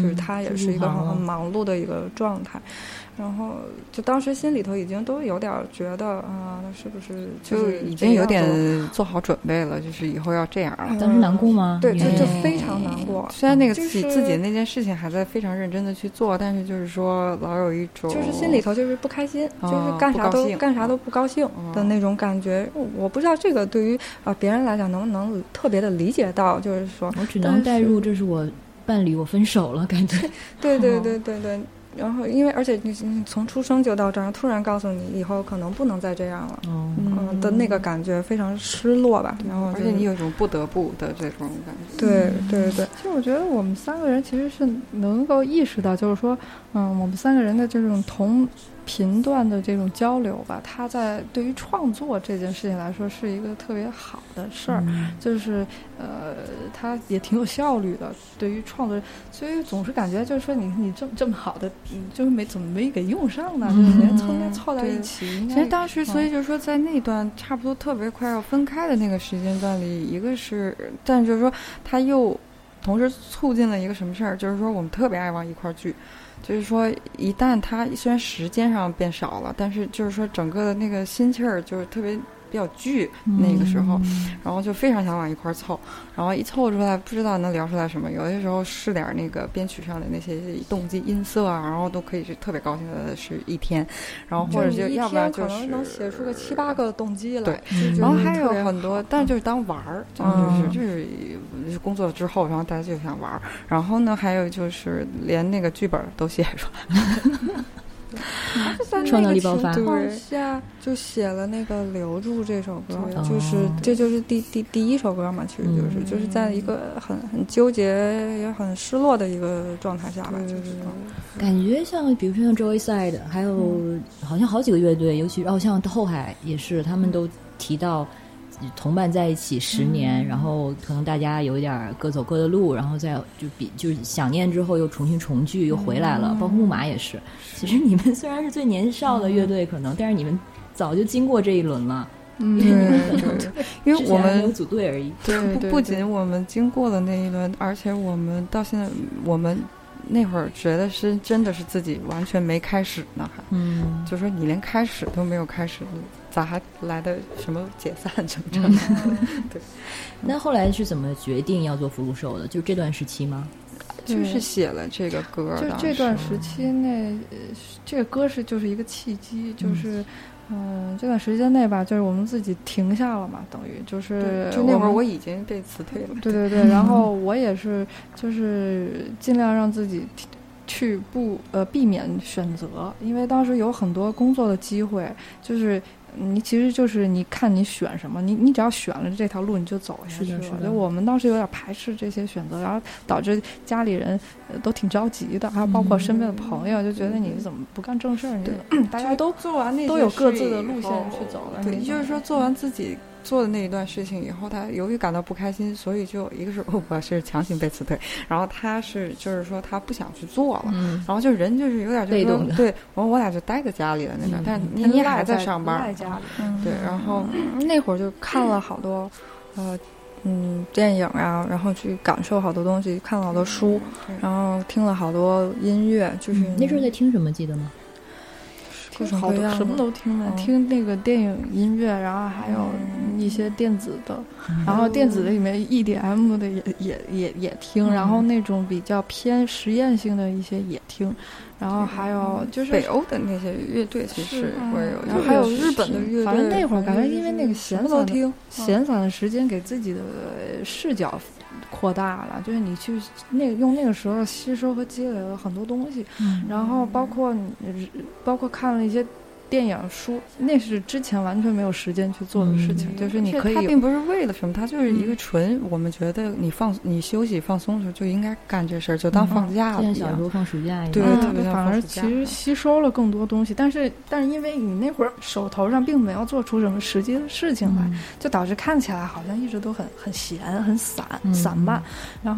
就是他也是一个很很忙碌的一个状态。然后就当时心里头已经都有点觉得啊，那是不是就已经有点做好准备了，就是以后要这样了。 当时难过吗？ 对，就就非常难过。 虽然那个自己、就是、自己那件事情还在非常认真的去做，但是就是说老有一种就是心里头就是不开心， 哦、 就是干啥都干啥都不高兴的那种感觉。哦、我不知道这个对于啊、呃、别人来讲能不能特别的理解到，就是说我只能代入，这是我伴侣，我分手了，感觉。 对对对对对。然后，因为而且你你从出生就到这儿，突然告诉你以后可能不能再这样了， 哦、 嗯的那个感觉非常失落吧。然后、 就是，而且你有一种不得不的这种感觉。 对对对， 其实我觉得我们三个人其实是能够意识到，就是说，嗯，我们三个人的这种同频段的这种交流吧，它在对于创作这件事情来说是一个特别好的事儿，嗯、就是呃，它也挺有效率的。对于创作，所以总是感觉就是说你你这么这么好的，就是没怎么没给用上呢，就是连凑连凑在一起。 其实当时，所以就是说在那段差不多特别快要分开的那个时间段里，一个是，但就是说他又同时促进了一个什么事儿，就是说我们特别爱往一块儿聚。就是说一旦他虽然时间上变少了，但是就是说整个的那个心气儿就是特别比较聚那个时候、嗯、然后就非常想往一块凑，然后一凑出来不知道能聊出来什么，有些时候试点那个编曲上的那些动机音色啊，然后都可以是特别高兴的是一天，然后或者就要不然就是可能能写出个七八个动机来。 对、 嗯、 然后还有很多，但是就是当玩儿、嗯、就是就是工作之后，然后大家就想玩，然后呢还有就是连那个剧本都写出来创造力爆发， 对，下就写了那个留住这首歌，就是这就是第第第一首歌嘛，其实就是、嗯、就是在一个很很纠结也很失落的一个状态下吧，就是感觉像比如说像 Joyside 还有、嗯、好像好几个乐队，尤其哦像后海也是，他们都提到同伴在一起十年、嗯、然后可能大家有一点各走各的路，然后再就比就是想念之后又重新重聚又回来了、嗯、包括木马也是。其实你们虽然是最年少的乐队可能、嗯、但是你们早就经过这一轮了。 嗯，对，因为我们有组队而已。 对，不不仅我们经过了那一轮，而且我们到现在，我们那会儿觉得是真的是自己完全没开始呢，还，嗯，就说你连开始都没有开始，咋还来的什么解散什么的？嗯、对。 那后来是怎么决定要做福禄寿的？就这段时期吗？ 就是写了这个歌， 就这段时期内，这个歌是就是一个契机，就是。嗯嗯，这段时间内吧，就是我们自己停下了嘛，等于就是就那会儿我已经被辞退了。 对对对，然后我也是，就是尽量让自己去不呃避免选择，因为当时有很多工作的机会，就是你其实就是你看你选什么，你你只要选了这条路你就走下去了。 是的， 就我们当时有点排斥这些选择，然后导致家里人、呃、都挺着急的，还有包括身边的朋友、嗯、就觉得你怎么不干正事儿？你大家都做完那都有各自的路线去走了。 对，就是说做完自己做的那一段事情以后，他由于感到不开心，所以就一个是哦，我是强行被辞退，然后他是就是说他不想去做了，嗯、然后就人就是有点就是说对，我我俩就待在家里了那种，嗯、但是你你还在上班， 在家里， 嗯、对，然后、 嗯、那会儿就看了好多呃嗯电影啊，然后去感受好多东西，看了好多书，嗯、然后听了好多音乐，就是、 嗯、那时候在听什么记得吗？ 听好多什么都听的、嗯，听那个电影音乐，然后还有一些电子的，嗯、然后电子的里面 E D M 的也也也也听、嗯，然后那种比较偏实验性的一些也听，然后还有就是北欧的那些乐队其实我也有， 然后还有日本的乐队， 反正那会儿感觉因为那个闲散听闲散的时间给自己的视角扩大了，就是你去那个用那个时候吸收和积累了很多东西，嗯、然后包括包括看了一些电影书，那是之前完全没有时间去做的事情，嗯、就是你可以。 它并不是为了什么，它就是一个纯、嗯、我们觉得你放你休息放松的时候就应该干这事儿，就当放假了一样， 嗯、像小时候放暑假一样。 对， 嗯、 特别像反而其实吸收了更多东西，但是但是因为你那会儿手头上并没有做出什么实际的事情来，嗯、就导致看起来好像一直都很很闲很散、嗯、散漫，然后。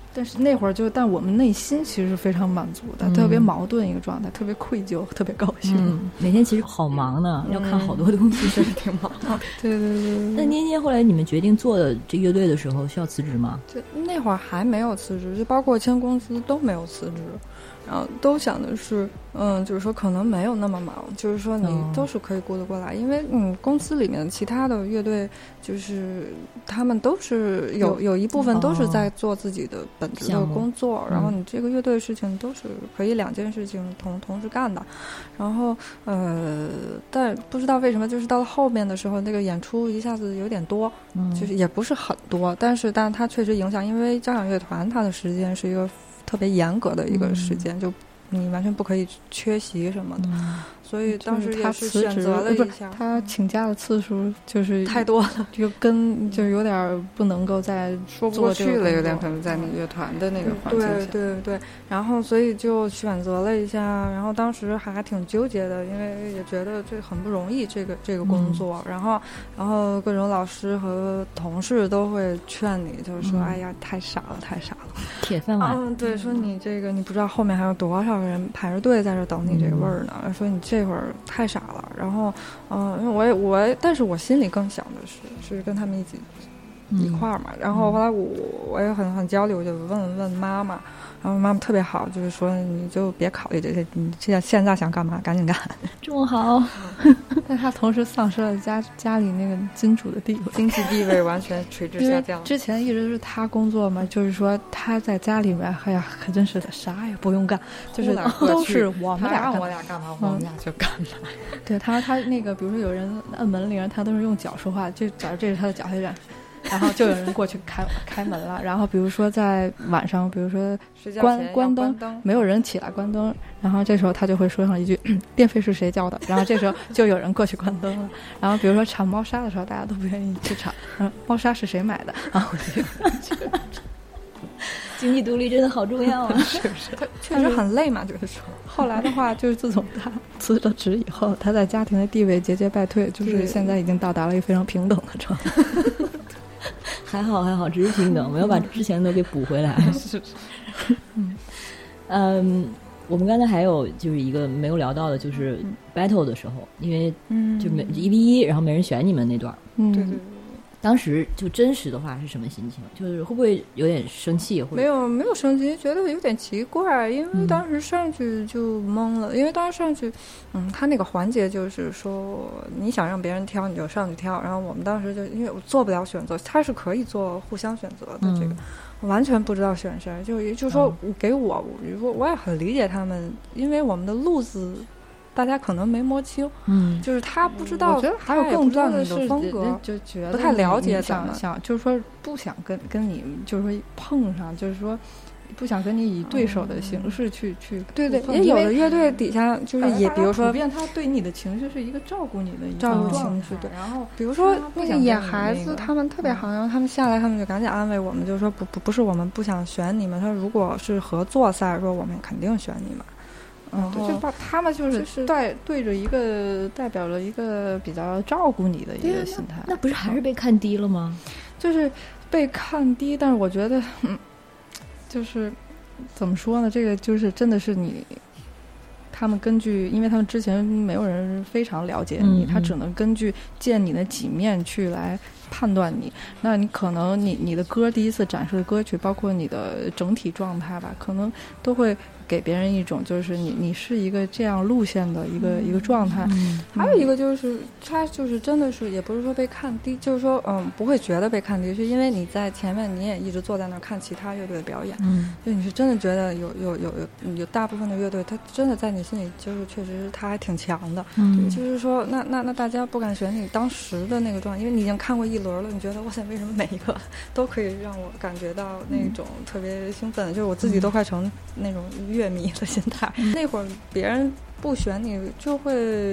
但是那会儿就，但我们内心其实是非常满足的， 嗯、 特别矛盾一个状态，特别愧疚，特别高兴。 嗯、每天其实好忙呢，嗯、要看好多东西， 真是挺忙的。 对对对对。 那捏捏后来你们决定做的这乐队的时候，需要辞职吗？ 就那会儿还没有辞职，就包括签公司都没有辞职。然后都想的是，嗯，就是说可能没有那么忙，就是说你都是可以顾得过来，哦、因为嗯，公司里面其他的乐队，就是他们都是有有一部分都是在做自己的本职的工作，哦、然后你这个乐队的事情都是可以两件事情同同时干的，然后呃，但不知道为什么，就是到了后面的时候，那个演出一下子有点多，嗯、就是也不是很多，但是但它确实影响，因为交响乐团它的时间是一个特别严格的一个时间，嗯、就你完全不可以缺席什么的，嗯、所以当时也是选择了一下。 他请假的次数就是太多了， 就跟就有点不能够再说不过去了，有点可能在那乐团的那个环境下。对对对，然后所以就选择了一下，然后当时还挺纠结的，因为也觉得这很不容易，这个这个工作，嗯、然后然后各种老师和同事都会劝你，就是说，嗯、哎呀，太傻了，太傻了， 铁饭碗。 嗯，对，说你这个你不知道后面还有多少个人排着队在这等你这个位儿呢，嗯、说你这会儿太傻了。然后，嗯、呃，因为我也我，但是我心里更想的是，是跟他们一起一块儿嘛。嗯、然后后来我我也很很焦虑，我就问问妈妈。然后妈妈特别好，就是说你就别考虑这些，你现在现在想干嘛赶紧干， 这么好。 但他同时丧失了家家里那个金主的地位， 经济地位完全垂直下降。 之前一直是他工作嘛，就是说他在家里面，哎呀，可真是的，啥也不用干，就是都是我们俩让我俩干嘛，我们俩就干嘛。 对他，他那个，比如说有人按门铃，他都是用脚说话，就假如这是他的脚会软。然后就有人过去开开门了，然后比如说在晚上，比如说关关灯，没有人起来关灯，然后这时候他就会说上一句电费是谁交的，然后这时候就有人过去关灯了。然后比如说铲猫砂的时候，大家都不愿意去铲，嗯，猫砂是谁买的？然后我就经济独立真的好重要啊！ 是不是？他确实很累嘛，就是说。 后来的话，就是自从他辞了职以后，他在家庭的地位节节败退，就是现在已经到达了一个非常平等的状态。 还好还好，只是平等，没有把之前都给补回来。 是， 嗯嗯，我们刚才还有就是一个没有聊到的，就是 battle 的时候，因为就没一 v 一，然后没人选你们那段， 嗯， 对对对。 当时就真实的话是什么心情？就是会不会有点生气？或者没有没有生气，觉得有点奇怪，因为当时上去就懵了。嗯、因为当时上去，嗯，他那个环节就是说，你想让别人挑，你就上去挑。然后我们当时就因为我做不了选择，他是可以做互相选择的，这个、嗯、我完全不知道选谁。就就说给我，我我也很理解他们，因为我们的路子。大家可能没摸清，嗯，就是他不知道， 我觉得还有更多的是风格， 就觉得不太了解， 想想就是说不想跟跟你就是说碰上，就是说不想跟你以对手的形式去、嗯、去对对，也有的乐队底下就是也比如说， 普遍他对你的情绪是一个照顾你的一个照顾情绪，对。 然后比如说那个野孩子，他们特别好，然后他们下来，他们就赶紧安慰我们，就是说不不不是我们不想选你们，他说如果是合作赛，说我们肯定选你们。 嗯，对，就把他们就是对对着一个代表了一个比较照顾你的一个心态， 那, 那不是还是被看低了吗？ 就是被看低，但是我觉得，嗯，就是怎么说呢？这个就是真的是你，他们根据，因为他们之前没有人非常了解你，嗯嗯他只能根据见你的几面去来判断你。那你可能你你的歌第一次展示的歌曲，包括你的整体状态吧，可能都会。给别人一种就是你你是一个这样路线的一个、嗯、一个状态、 嗯、还有一个就是他就是真的是也不是说被看低，就是说嗯不会觉得被看低，是因为你在前面你也一直坐在那儿看其他乐队的表演，嗯，就你是真的觉得有有有有有大部分的乐队他真的在你心里就是确实他还挺强的，嗯，就是说那那那大家不敢选你当时的那个状态，因为你已经看过一轮了，你觉得哇塞为什么每一个都可以让我感觉到那种特别兴奋、嗯、就是我自己都快成那种乐迷的心态、嗯、那会儿别人不选你就会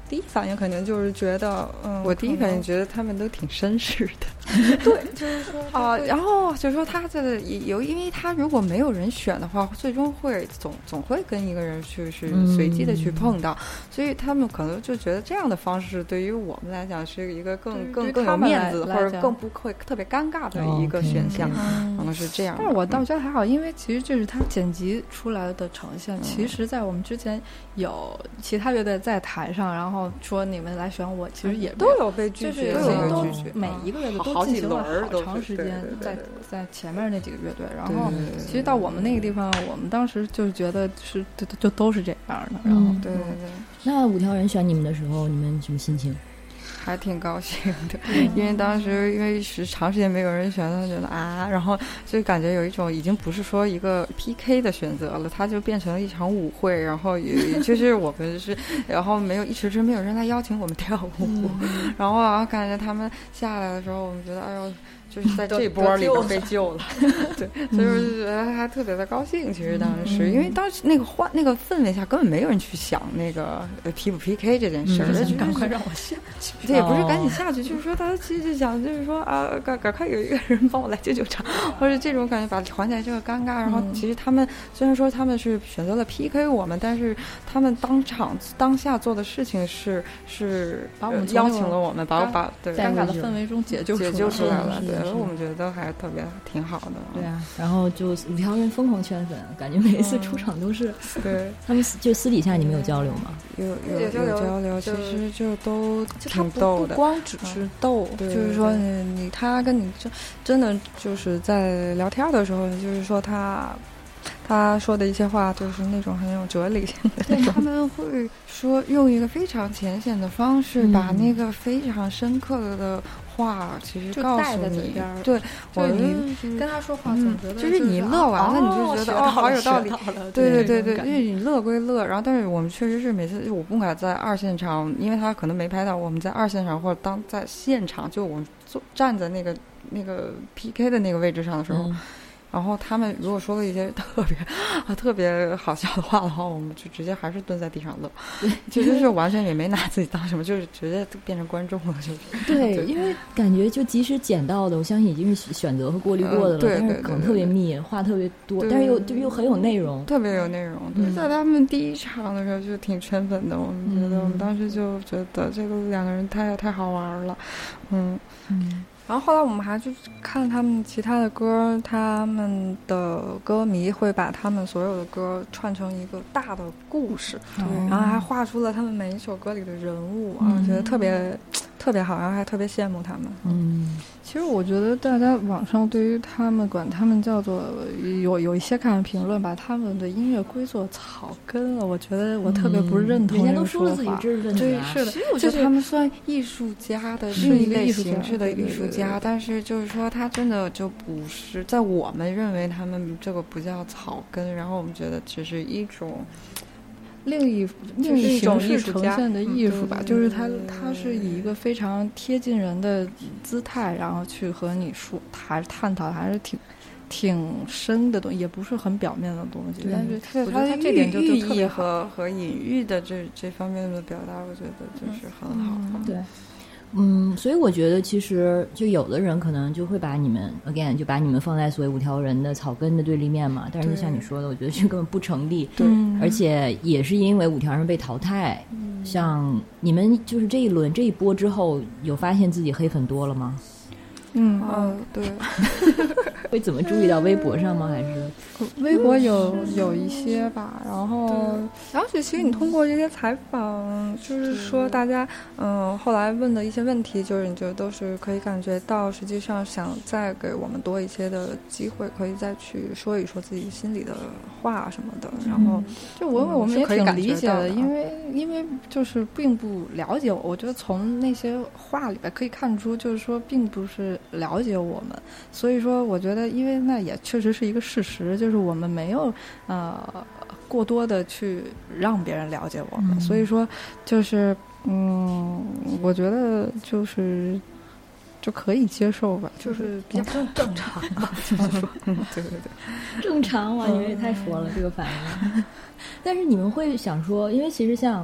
第一反应肯定就是觉得，嗯， 我第一反应觉得他们都挺绅士的。 对，就是说啊，然后就是说他的有，因为他如果没有人选的话，最终会总总会跟一个人去是随机的去碰到，嗯、所以他们可能就觉得这样的方式对于我们来讲是一个更更更有面子或者更不会特别尴尬的一个选项，可能是这样。 但是我倒觉得还好，因为其实这是他剪辑出来的呈现。嗯、其实，在我们之前有其他乐队在台上，然后说你们来选我，其实也都有被拒绝， 都有被拒绝， 每一个乐队都进行了好长时间在在前面那几个乐队，然后其实到我们那个地方，我们当时就是觉得是就就都是这样的，然后对对对。 那五条人选你们的时候，你们什么心情？ 还挺高兴的，因为当时因为是长时间没有人选，他觉得啊，然后就感觉有一种已经不是说一个 P K 的选择了，它就变成了一场舞会，然后也就是我们是，然后没有一直是没有人来邀请我们跳舞，嗯、然后啊感觉他们下来的时候，我们觉得哎呦。就是在这波里边被救了，对，所以我就觉得还特别的高兴。其实当时，因为当时那个换那个氛围下，根本没有人去想那个 P 不 P K 这件事儿， 嗯、就赶快让我下去。 这也不是赶紧下去，就是说他其实想，就是说啊，赶赶快有一个人帮我来救救场，或者这种感觉把缓解这个尴尬。然后其实他们虽然说他们是选择了 P K 我们，但是他们当场当下做的事情是是把我们邀请了我们，把我把对尴尬的氛围中解救解救出来了。 对。 对，我们觉得都还特别挺好的。 对啊，然后就五条人疯狂圈粉，感觉每一次出场都是。 嗯、对， 他们就私底下你们有交流吗？ 有有有交流，其实就都挺逗的。 不光只是逗， 嗯、 就是说你你他跟你真真的就是在聊天的时候，就是说他。他说的一些话就是那种很有哲理性的， 对，他们会说用一个非常浅显的方式，嗯、把那个非常深刻的话其实告诉你。对， 就是你跟他说话总觉得、 就是、就是你乐完了，你就觉得哦, 哦好有道理。对对对对，因为你乐归乐，然后但是我们确实是每次我不敢在二线场，因为他可能没拍到，我们在二线场或者当在现场，就我们坐站在那个那个 P K 的那个位置上的时候。嗯，然后他们如果说了一些特别啊特别好笑的话的话，我们就直接还是蹲在地上乐，其实是完全也没拿自己当什么，就是直接变成观众了，就是对，对因为感觉就即使捡到的，我相信已经是选择和过滤过的了， 嗯、对但是梗特别密，话特别多，但是又就又很有内容， 特别有内容。对，嗯、在他们第一场的时候就挺圈粉的，我们觉得、嗯、我们当时就觉得这个两个人太太好玩了，嗯嗯。然后后来我们还去看他们其他的歌，他们的歌迷会把他们所有的歌串成一个大的故事，对，然后还画出了他们每一首歌里的人物，啊、嗯，觉得特别特别好，然后还特别羡慕他们。 嗯， 其实我觉得大家网上对于他们管他们叫做有有一些看评论，把他们的音乐归作草根了。我觉得我特别不认同、嗯、 人家都说了自己知识分子、 啊，对，是的。 其实我觉得他们算艺术家的另一类形式的艺术家，但是就是说他真的就不是在我们认为他们这个不叫草根，然后我们觉得只是一种。 另一另一种艺术呈现的艺术吧，嗯、就是它它是以一个非常贴近人的姿态，然后去和你说，还是探讨，还是挺挺深的东西，也不是很表面的东西。但是我觉得它这点就就特别和和隐喻的这这方面的表达，我觉得就是很好。 嗯、对。嗯，所以我觉得其实就有的人可能就会把你们 again 就把你们放在所谓五条人的草根的对立面嘛，但是就像你说的，我觉得这根本不成立。 对， 而且也是因为五条人被淘汰，嗯、像你们就是这一轮这一波之后，有发现自己黑粉多了吗？ 嗯嗯，对。 会怎么注意到微博上吗？还是微博有有一些吧，然后然后其实你通过这些采访，就是说大家嗯、呃、后来问的一些问题，就是你就都是可以感觉到，实际上想再给我们多一些的机会，可以再去说一说自己心里的话什么的。然后就我我们也挺理解的，因为因为就是并不了解我，我觉得从那些话里边可以看出，就是说并不是了解我们，所以说我觉得。因为那也确实是一个事实，就是我们没有呃过多的去让别人了解我们，嗯、所以说就是嗯，我觉得就是就可以接受吧，就是比较正正常吧，就是说， 嗯，对对对， 正常哇，你们也太佛了、嗯、这个反应。但是你们会想说，因为其实像。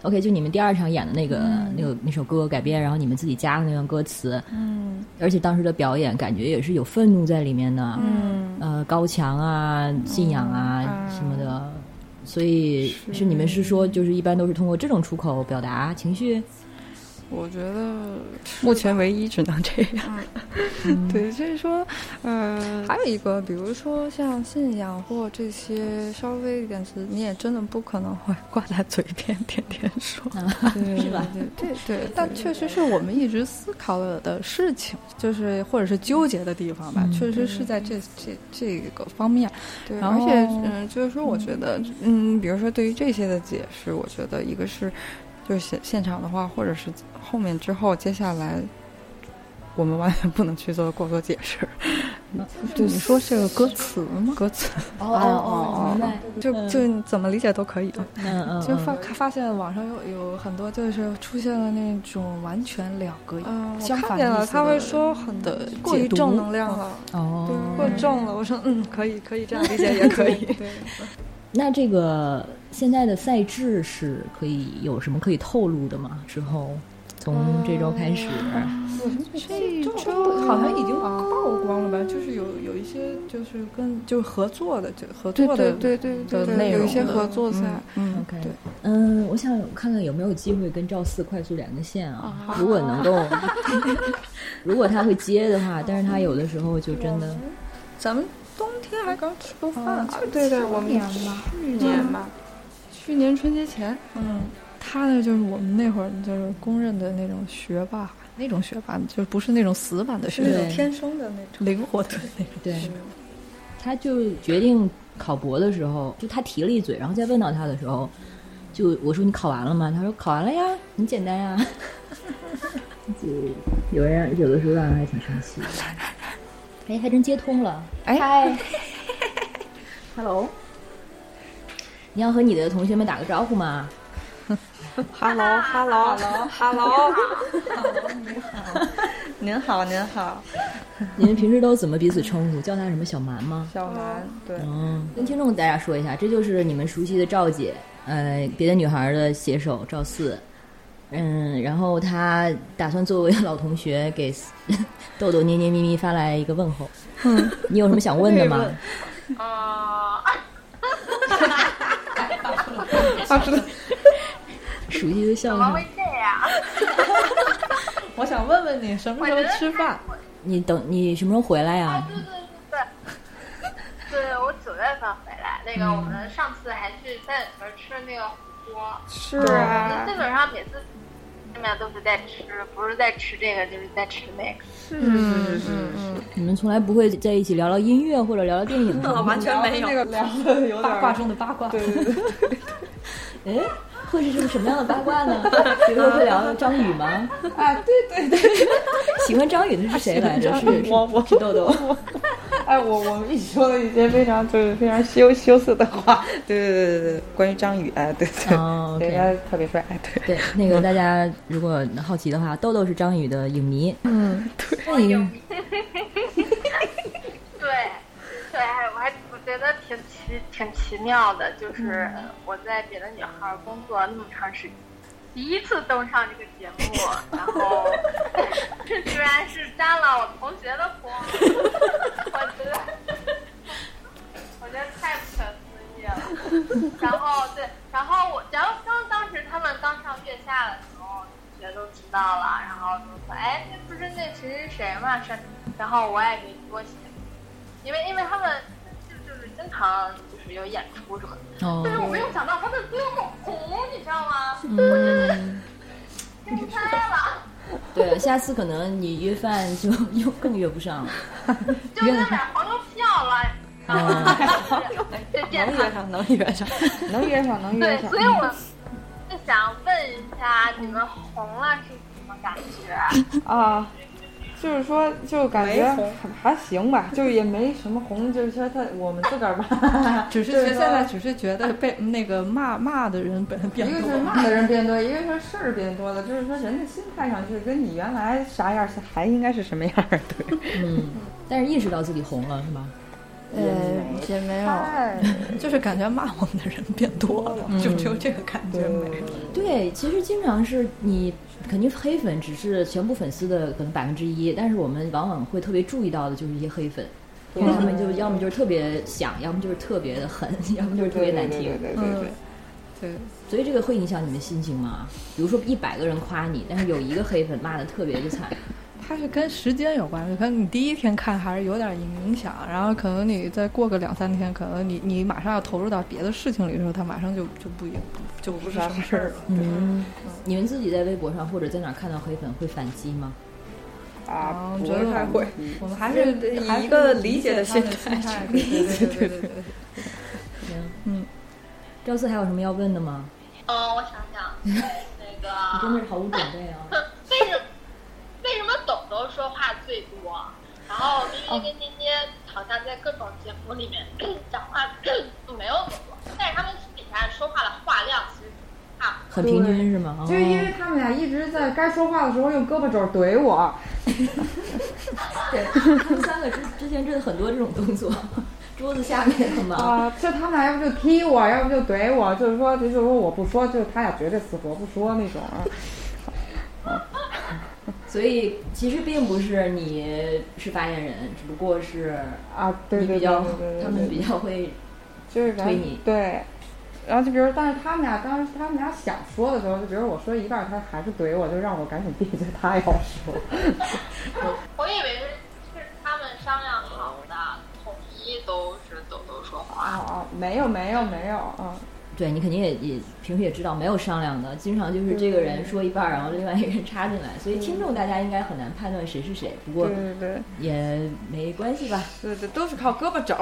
OK， 就你们第二场演的那个、嗯、那个那首歌改编，然后你们自己加的那段歌词， 嗯， 而且当时的表演感觉也是有愤怒在里面的， 嗯， 呃，高墙啊，信仰啊、嗯、什么的，所以是, 是你们是说就是一般都是通过这种出口表达情绪？ 我觉得目前唯一只能这样。嗯、对，所以说，呃， 还有一个，比如说像信仰或这些稍微一点词，你也真的不可能会挂在嘴边天天说， 对是吧？ 对对 对, 对，但确实是我们一直思考的事情，就是或者是纠结的地方吧，嗯、确实是在这这这个方面。 对， 然后而且嗯，就是说，我觉得嗯，比如说对于这些的解释，我觉得一个是。就是现现场的话，或者是后面之后接下来，我们完全不能去做过多解释。 就你说这个歌词吗？ 歌词哦哦哦，明白。 就就怎么理解都可以啊。 嗯嗯。 就发发现网上有有很多就是出现了那种完全两个相反意思的、 嗯、了，他会说很的过于正能量了。 哦。 对，过重了。我说嗯，可以可以这样理解也可以。对。 那这个现在的赛制是可以有什么可以透露的吗？之后从这周开始， 嗯、这周好像已经曝光了吧？就是有有一些就是跟就是合作的，就合作的对对对对的内容， 有一些合作赛。 嗯 ，OK， 对，嗯，我想看看有没有机会跟赵四快速连个线啊。啊如果能够，如果他会接的话，但是他有的时候就真的， 咱们。冬天还刚吃过饭啊！ 对对，我们去年吧， 去年吧，去年春节前， 嗯，他呢就是我们那会儿就是公认的那种学霸，那种学霸就不是那种死板的学霸， 天生的那种灵活的那种。 对，他就决定考博的时候，就他提了一嘴，然后再问到他的时候，就我说你考完了吗？他说考完了呀，很简单呀。就有人有的时候让人还挺生气的。哎，还真接通了！ 哎， 嗨 ，Hello， 你要和你的同学们打个招呼吗 ？Hello，Hello，Hello， 您好，您好，您好。 你们平时都怎么彼此称呼？叫他什么小蛮吗？ 小蛮，对。 嗯，跟听众大家说一下，这就是你们熟悉的赵姐，呃，别的女孩的写手赵四。嗯，然后他打算作为老同学给豆豆捏捏咪咪发来一个问候。嗯，你有什么想问的吗？ 啊， 发出了熟悉的笑声。 怎么会这样？ 我想问问你什么时候吃饭？ 你等你什么时候回来呀、啊？ 对对对对，对我九月份回来。那个、嗯、我们上次还去三里屯吃那个火锅。 是啊。 基本上每次。下面都是在吃，不是在吃这个，就是在吃那个。 是是是是。 你们从来不会在一起聊聊音乐或者聊聊电影吗？ 完全没有。 那个聊的有点八卦中的八卦。 对对对。 哎，会是什么样的八卦呢？比如说会聊张宇吗？ 啊，对对对。 喜欢张宇的是谁来着？是我我是豆豆。 哎，我我们一起说了一些非常就是非常羞羞涩的话，对对对对对，关于张宇，哎，对对， 哦， 人家特别帅，对对，那个大家如果好奇的话，豆豆是张宇的影迷， 嗯， 对， 影迷，对对，我还我觉得挺奇挺奇妙的，就是我在别的女孩工作那么长时间。第一次登上这个节目，然后居然是沾了我同学的光，我觉得，我觉得太不可思议了。然后对，然后我，然后刚当时他们刚上月下的时候，同学都知道了，然后都说，哎，这不是那谁谁谁嘛？是，然后我也没多想，因为因为他们就就是经常就是有演出什么的，哦、但是我没有想到他们最后红，你知道吗？ 嗯， 我觉得听开了。 对，下次可能你约饭就又更约不上了， 就在买黄牛票了。 啊， 能约上，能约上，能约上，能约上。 对，所以我就想问一下，你们红了是什么感觉？ 啊。就是说，就感觉还行吧，就也没什么红，就是说他我们自个儿吧， 只是觉得现在只是觉得被那个骂骂的人本变多， 一个是骂的人变多，一个是事儿变多了，就是说人的心态上去跟你原来啥样还应该是什么样，对， 嗯，但是意识到自己红了是吗？ 呃，也没有，就是感觉骂我们的人变多了，嗯、就只有这个感觉没了。 对，其实经常是你肯定黑粉只是全部粉丝的可能百分之一，但是我们往往会特别注意到的就是一些黑粉，因为他们就要么就是特别响，要么就是特别的狠，要么就是特别难听。 对对对对对。 对， 所以这个会影响你们心情吗？比如说一百个人夸你，但是有一个黑粉骂的特别的惨。 它是跟时间有关系，可能你第一天看还是有点影响，然后可能你再过个两三天，可能你你马上要投入到别的事情里的时候，它马上就就不就不是什么事儿了。 嗯，你们自己在微博上或者在哪看到黑粉会反击吗？ 啊， 我觉得太会， 我们还是以一个理解的心态， 对对对对对对。 行，嗯，赵四还有什么要问的吗？ 嗯，我想想，那个你真的是毫无准备啊。 为什么为什么董董说话最多，然后咪咪跟捏捏好像在各种节目里面讲话没有那么多，但是他们私底下说话的话量其实差不多， 很平均是吗？ 就是因为他们俩一直在该说话的时候用胳膊肘怼我。 对，他们三个之之前真的很多这种动作。桌子下面的嘛啊，就他们俩要不就踢我，要不就怼我，就是说，就是说我不说，就是他俩绝对死活不说那种啊。 所以其实并不是你是发言人，只不过是啊，对你比较，他们比较会就是推你。 对，然后就比如，但是他们俩当时他们俩想说的时候，就比如我说一半，他还是怼我，就让我赶紧闭嘴，他要说。 我以为是是他们商量好的。都是都都说话啊啊，没有没有没有啊！ 对你肯定也也平时也知道没有商量的，经常就是这个人说一半，然后另外一个人插进来，所以听众大家应该很难判断谁是谁。不过对对对， 也没关系吧？ 对对，都是靠胳膊肘。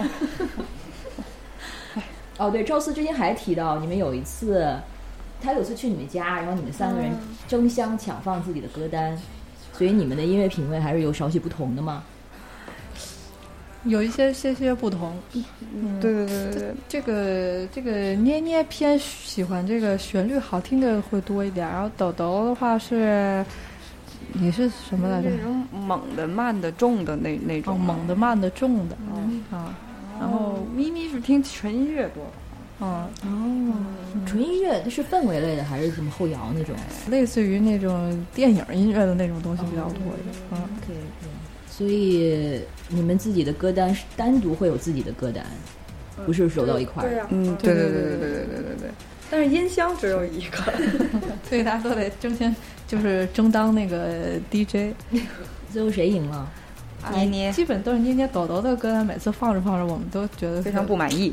哦，对，赵四之前还提到你们有一次，他有次去你们家，然后你们三个人争相抢放自己的歌单，所以你们的音乐品味还是有少许不同的吗？ 有一些些些不同， 嗯，对对对对， 这个这个捏捏偏喜欢这个旋律好听的会多一点，然后抖抖的话是，你是什么来着？ 那种猛的、慢的、重的那那种、 哦，猛的、慢的、重的， 嗯啊， 然后咪咪是听纯音乐多， 嗯哦，纯音乐它是氛围类的还是什么后摇那种？ 类似于那种电影音乐的那种东西比较多一点，嗯， 可以可以。所以你们自己的歌单是单独会有自己的歌单，不是揉到一块儿。 对呀，嗯，对对对对对对对对对。但是音箱只有一个， 所以大家都得争先，就是争当那个 D J。 最后谁赢了？ 捏捏， 基本都是捏捏抖抖的歌单，每次放着放着，我们都觉得非常不满意。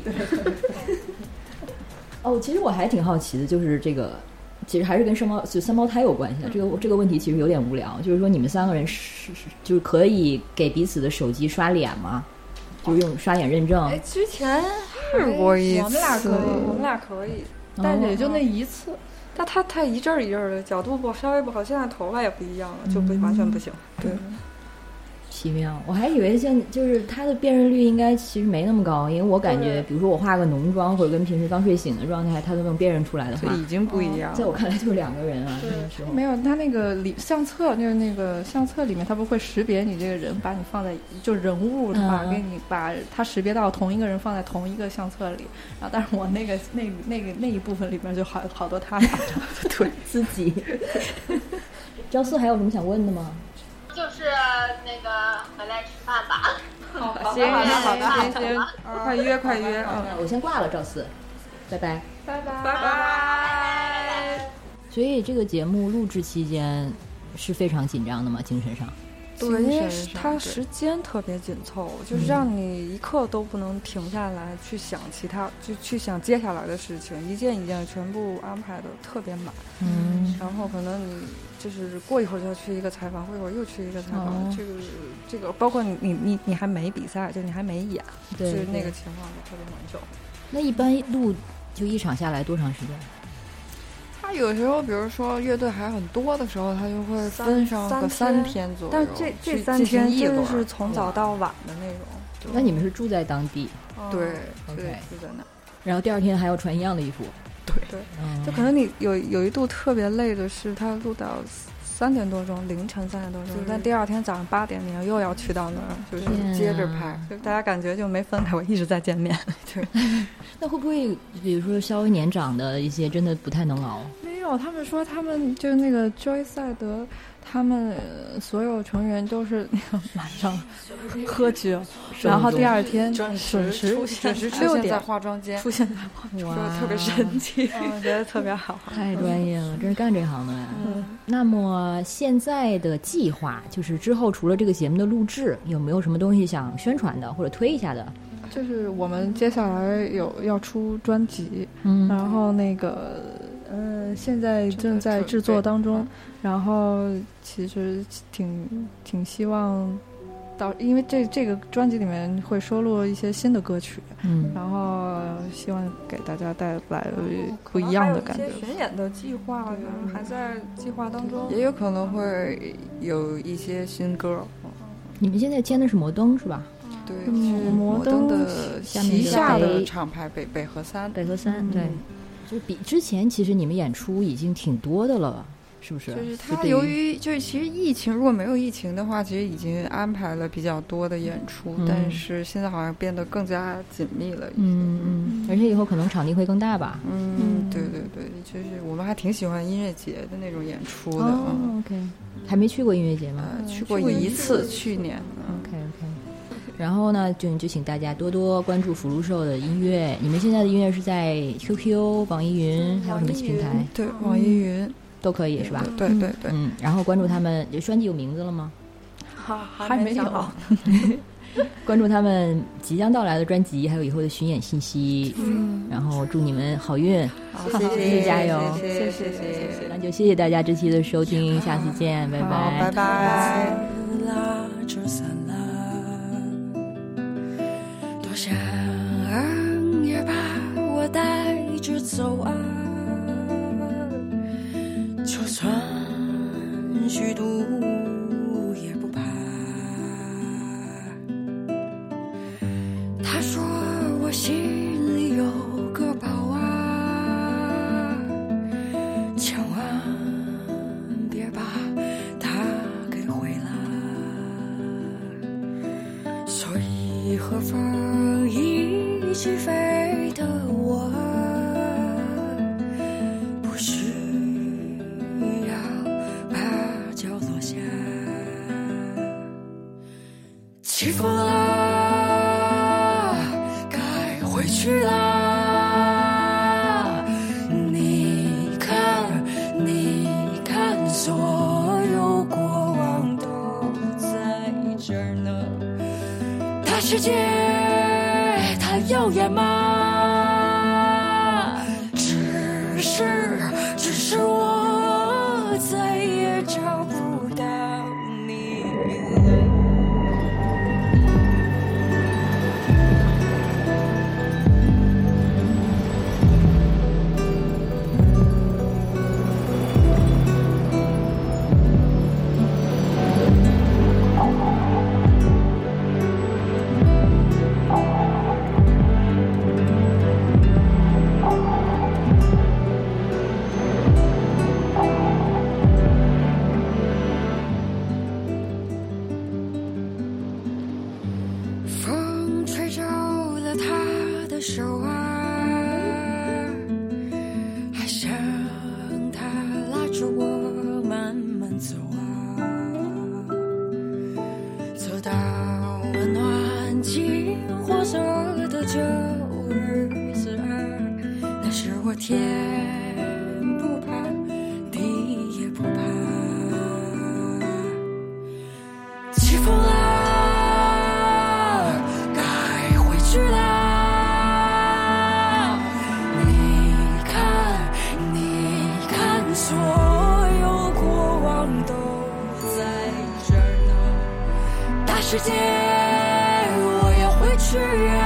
哦，其实我还挺好奇的，就是这个。其实还是跟双胞就三胞胎有关系的。这个这个问题其实有点无聊，就是说你们三个人是就是可以给彼此的手机刷脸吗？就是用刷脸认证。 哎，之前试过一次， 我们俩可以， 我们俩可以， 但是也就那一次。 但他他一阵儿一阵儿的角度不稍微不好，现在头发也不一样了，就不完全不行。对。 奇妙，我还以为像就是它的辨认率应该其实没那么高，因为我感觉，比如说我化个浓妆或者跟平时刚睡醒的状态，它都能辨认出来的话， 已经不一样。 在我看来就是两个人啊，那个时候没有它那个里相册，就是那个相册里面，它不会识别你这个人，把你放在就人物的话，给你把它识别到同一个人放在同一个相册里，然后但是我那个那那个那一部分里边就好好多他俩对自己。赵四还有什么想问的吗？ 就是那个回来吃饭吧。 好，行，好的，好的，行行，快约，快约。 嗯，我先挂了，赵四，拜拜， 拜拜，拜拜。 所以这个节目录制期间是非常紧张的嘛，精神上。 对，因为它时间特别紧凑，就是让你一刻都不能停下来去想其他，就去想接下来的事情，一件一件全部安排的特别满。 嗯， 然后可能你就是过一会儿就要去一个采访，过一会儿又去一个采访，哦、这个这个包括你你你你还没比赛，就你还没演， 对， 就是那个情况就特别难受。 那一般录就一场下来多长时间？ 他有时候，比如说乐队还很多的时候，他就会分上个三天左右。但这这三天真的是从早到晚的那种。 那你们是住在当地？ 对 ，OK， 住在那。 然后第二天还要穿一样的衣服。 对对，就可能你有有一度特别累的是，他录到三点多钟，凌晨三点多钟，但第二天早上八点你又要去到那儿，就是接着拍，就大家感觉就没分开，我一直在见面。对， 那会不会比如说稍微年长的一些真的不太能熬？ 没有，他们说他们就是那个 Joy 赛德，他们所有成员都是那个晚上喝酒，然后第二天准时出现，准时六点在化妆间出现在化妆间，说特别神奇，我觉得特别好， 太专业了，真是干这行的呀。嗯，那么现在的计划就是之后除了这个节目的录制，有没有什么东西想宣传的或者推一下的？ 就是我们接下来有要出专辑， 嗯， 然后那个呃，现在正在制作当中，然后其实挺挺希望到，因为这这个专辑里面会收录一些新的歌曲， 嗯， 然后希望给大家带来不一样的感觉。 巡演的计划还在计划当中，也有可能会有一些新歌。 你们现在签的是摩登是吧？ 对，是摩登的旗下的厂牌北北河三， 北河三， 嗯、 对，就比之前其实你们演出已经挺多的了，是不是？ 就是它由于就是其实疫情，如果没有疫情的话，其实已经安排了比较多的演出，嗯、但是现在好像变得更加紧密了。 嗯嗯，而且以后可能场地会更大吧。 嗯，嗯对对对，就是我们还挺喜欢音乐节的那种演出的。 哦、嗯、，OK， 还没去过音乐节吗？ 呃、去过一次，去年。 OK OK。然后呢，就就请大家多多关注福禄寿的音乐。你们现在的音乐是在 Q Q、网易云，还有什么平台？ 对，网易云都可以是吧？ 对对对。 嗯，然后关注他们，专辑有名字了吗？ 好， 还没有。 关注他们即将到来的专辑，还有以后的巡演信息。 嗯， 然后祝你们好运， 好， 谢谢，加油， 谢谢谢谢。 那就谢谢大家这期的收听，下次见，拜拜， 拜拜。 想也把我带着走啊，就算虚度也不怕。他说我心里有个宝啊，千万别把它给毁了。所以和风一起飞的我，不需要把脚落下。起风了，该回去啦。你看，你看，所有过往都在这儿呢。大世界它耀眼吗？只是，只是我再也找不到你了。手啊，还想他拉着我慢慢走啊，走到温暖金黄色的旧日子啊，那时我天不怕地也不怕。起风啦，该回去啦。所有过往都在这儿呢，大世界我也会去啊，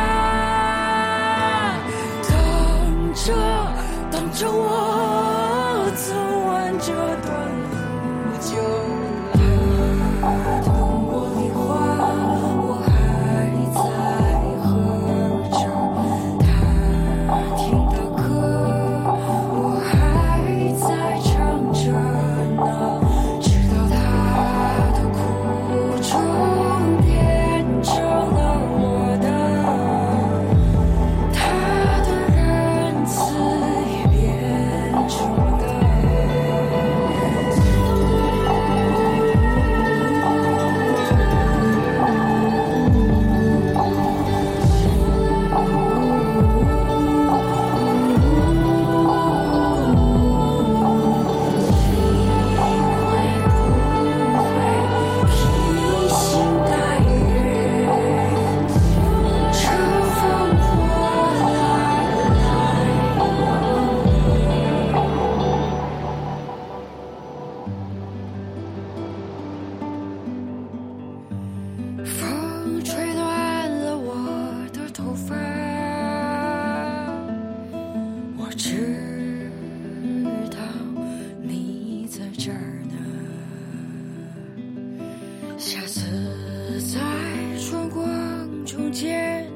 等着等着我走完这段路就来。等我梨花我还在喝着他听的歌，我还在唱着呢，直到下次在春光中见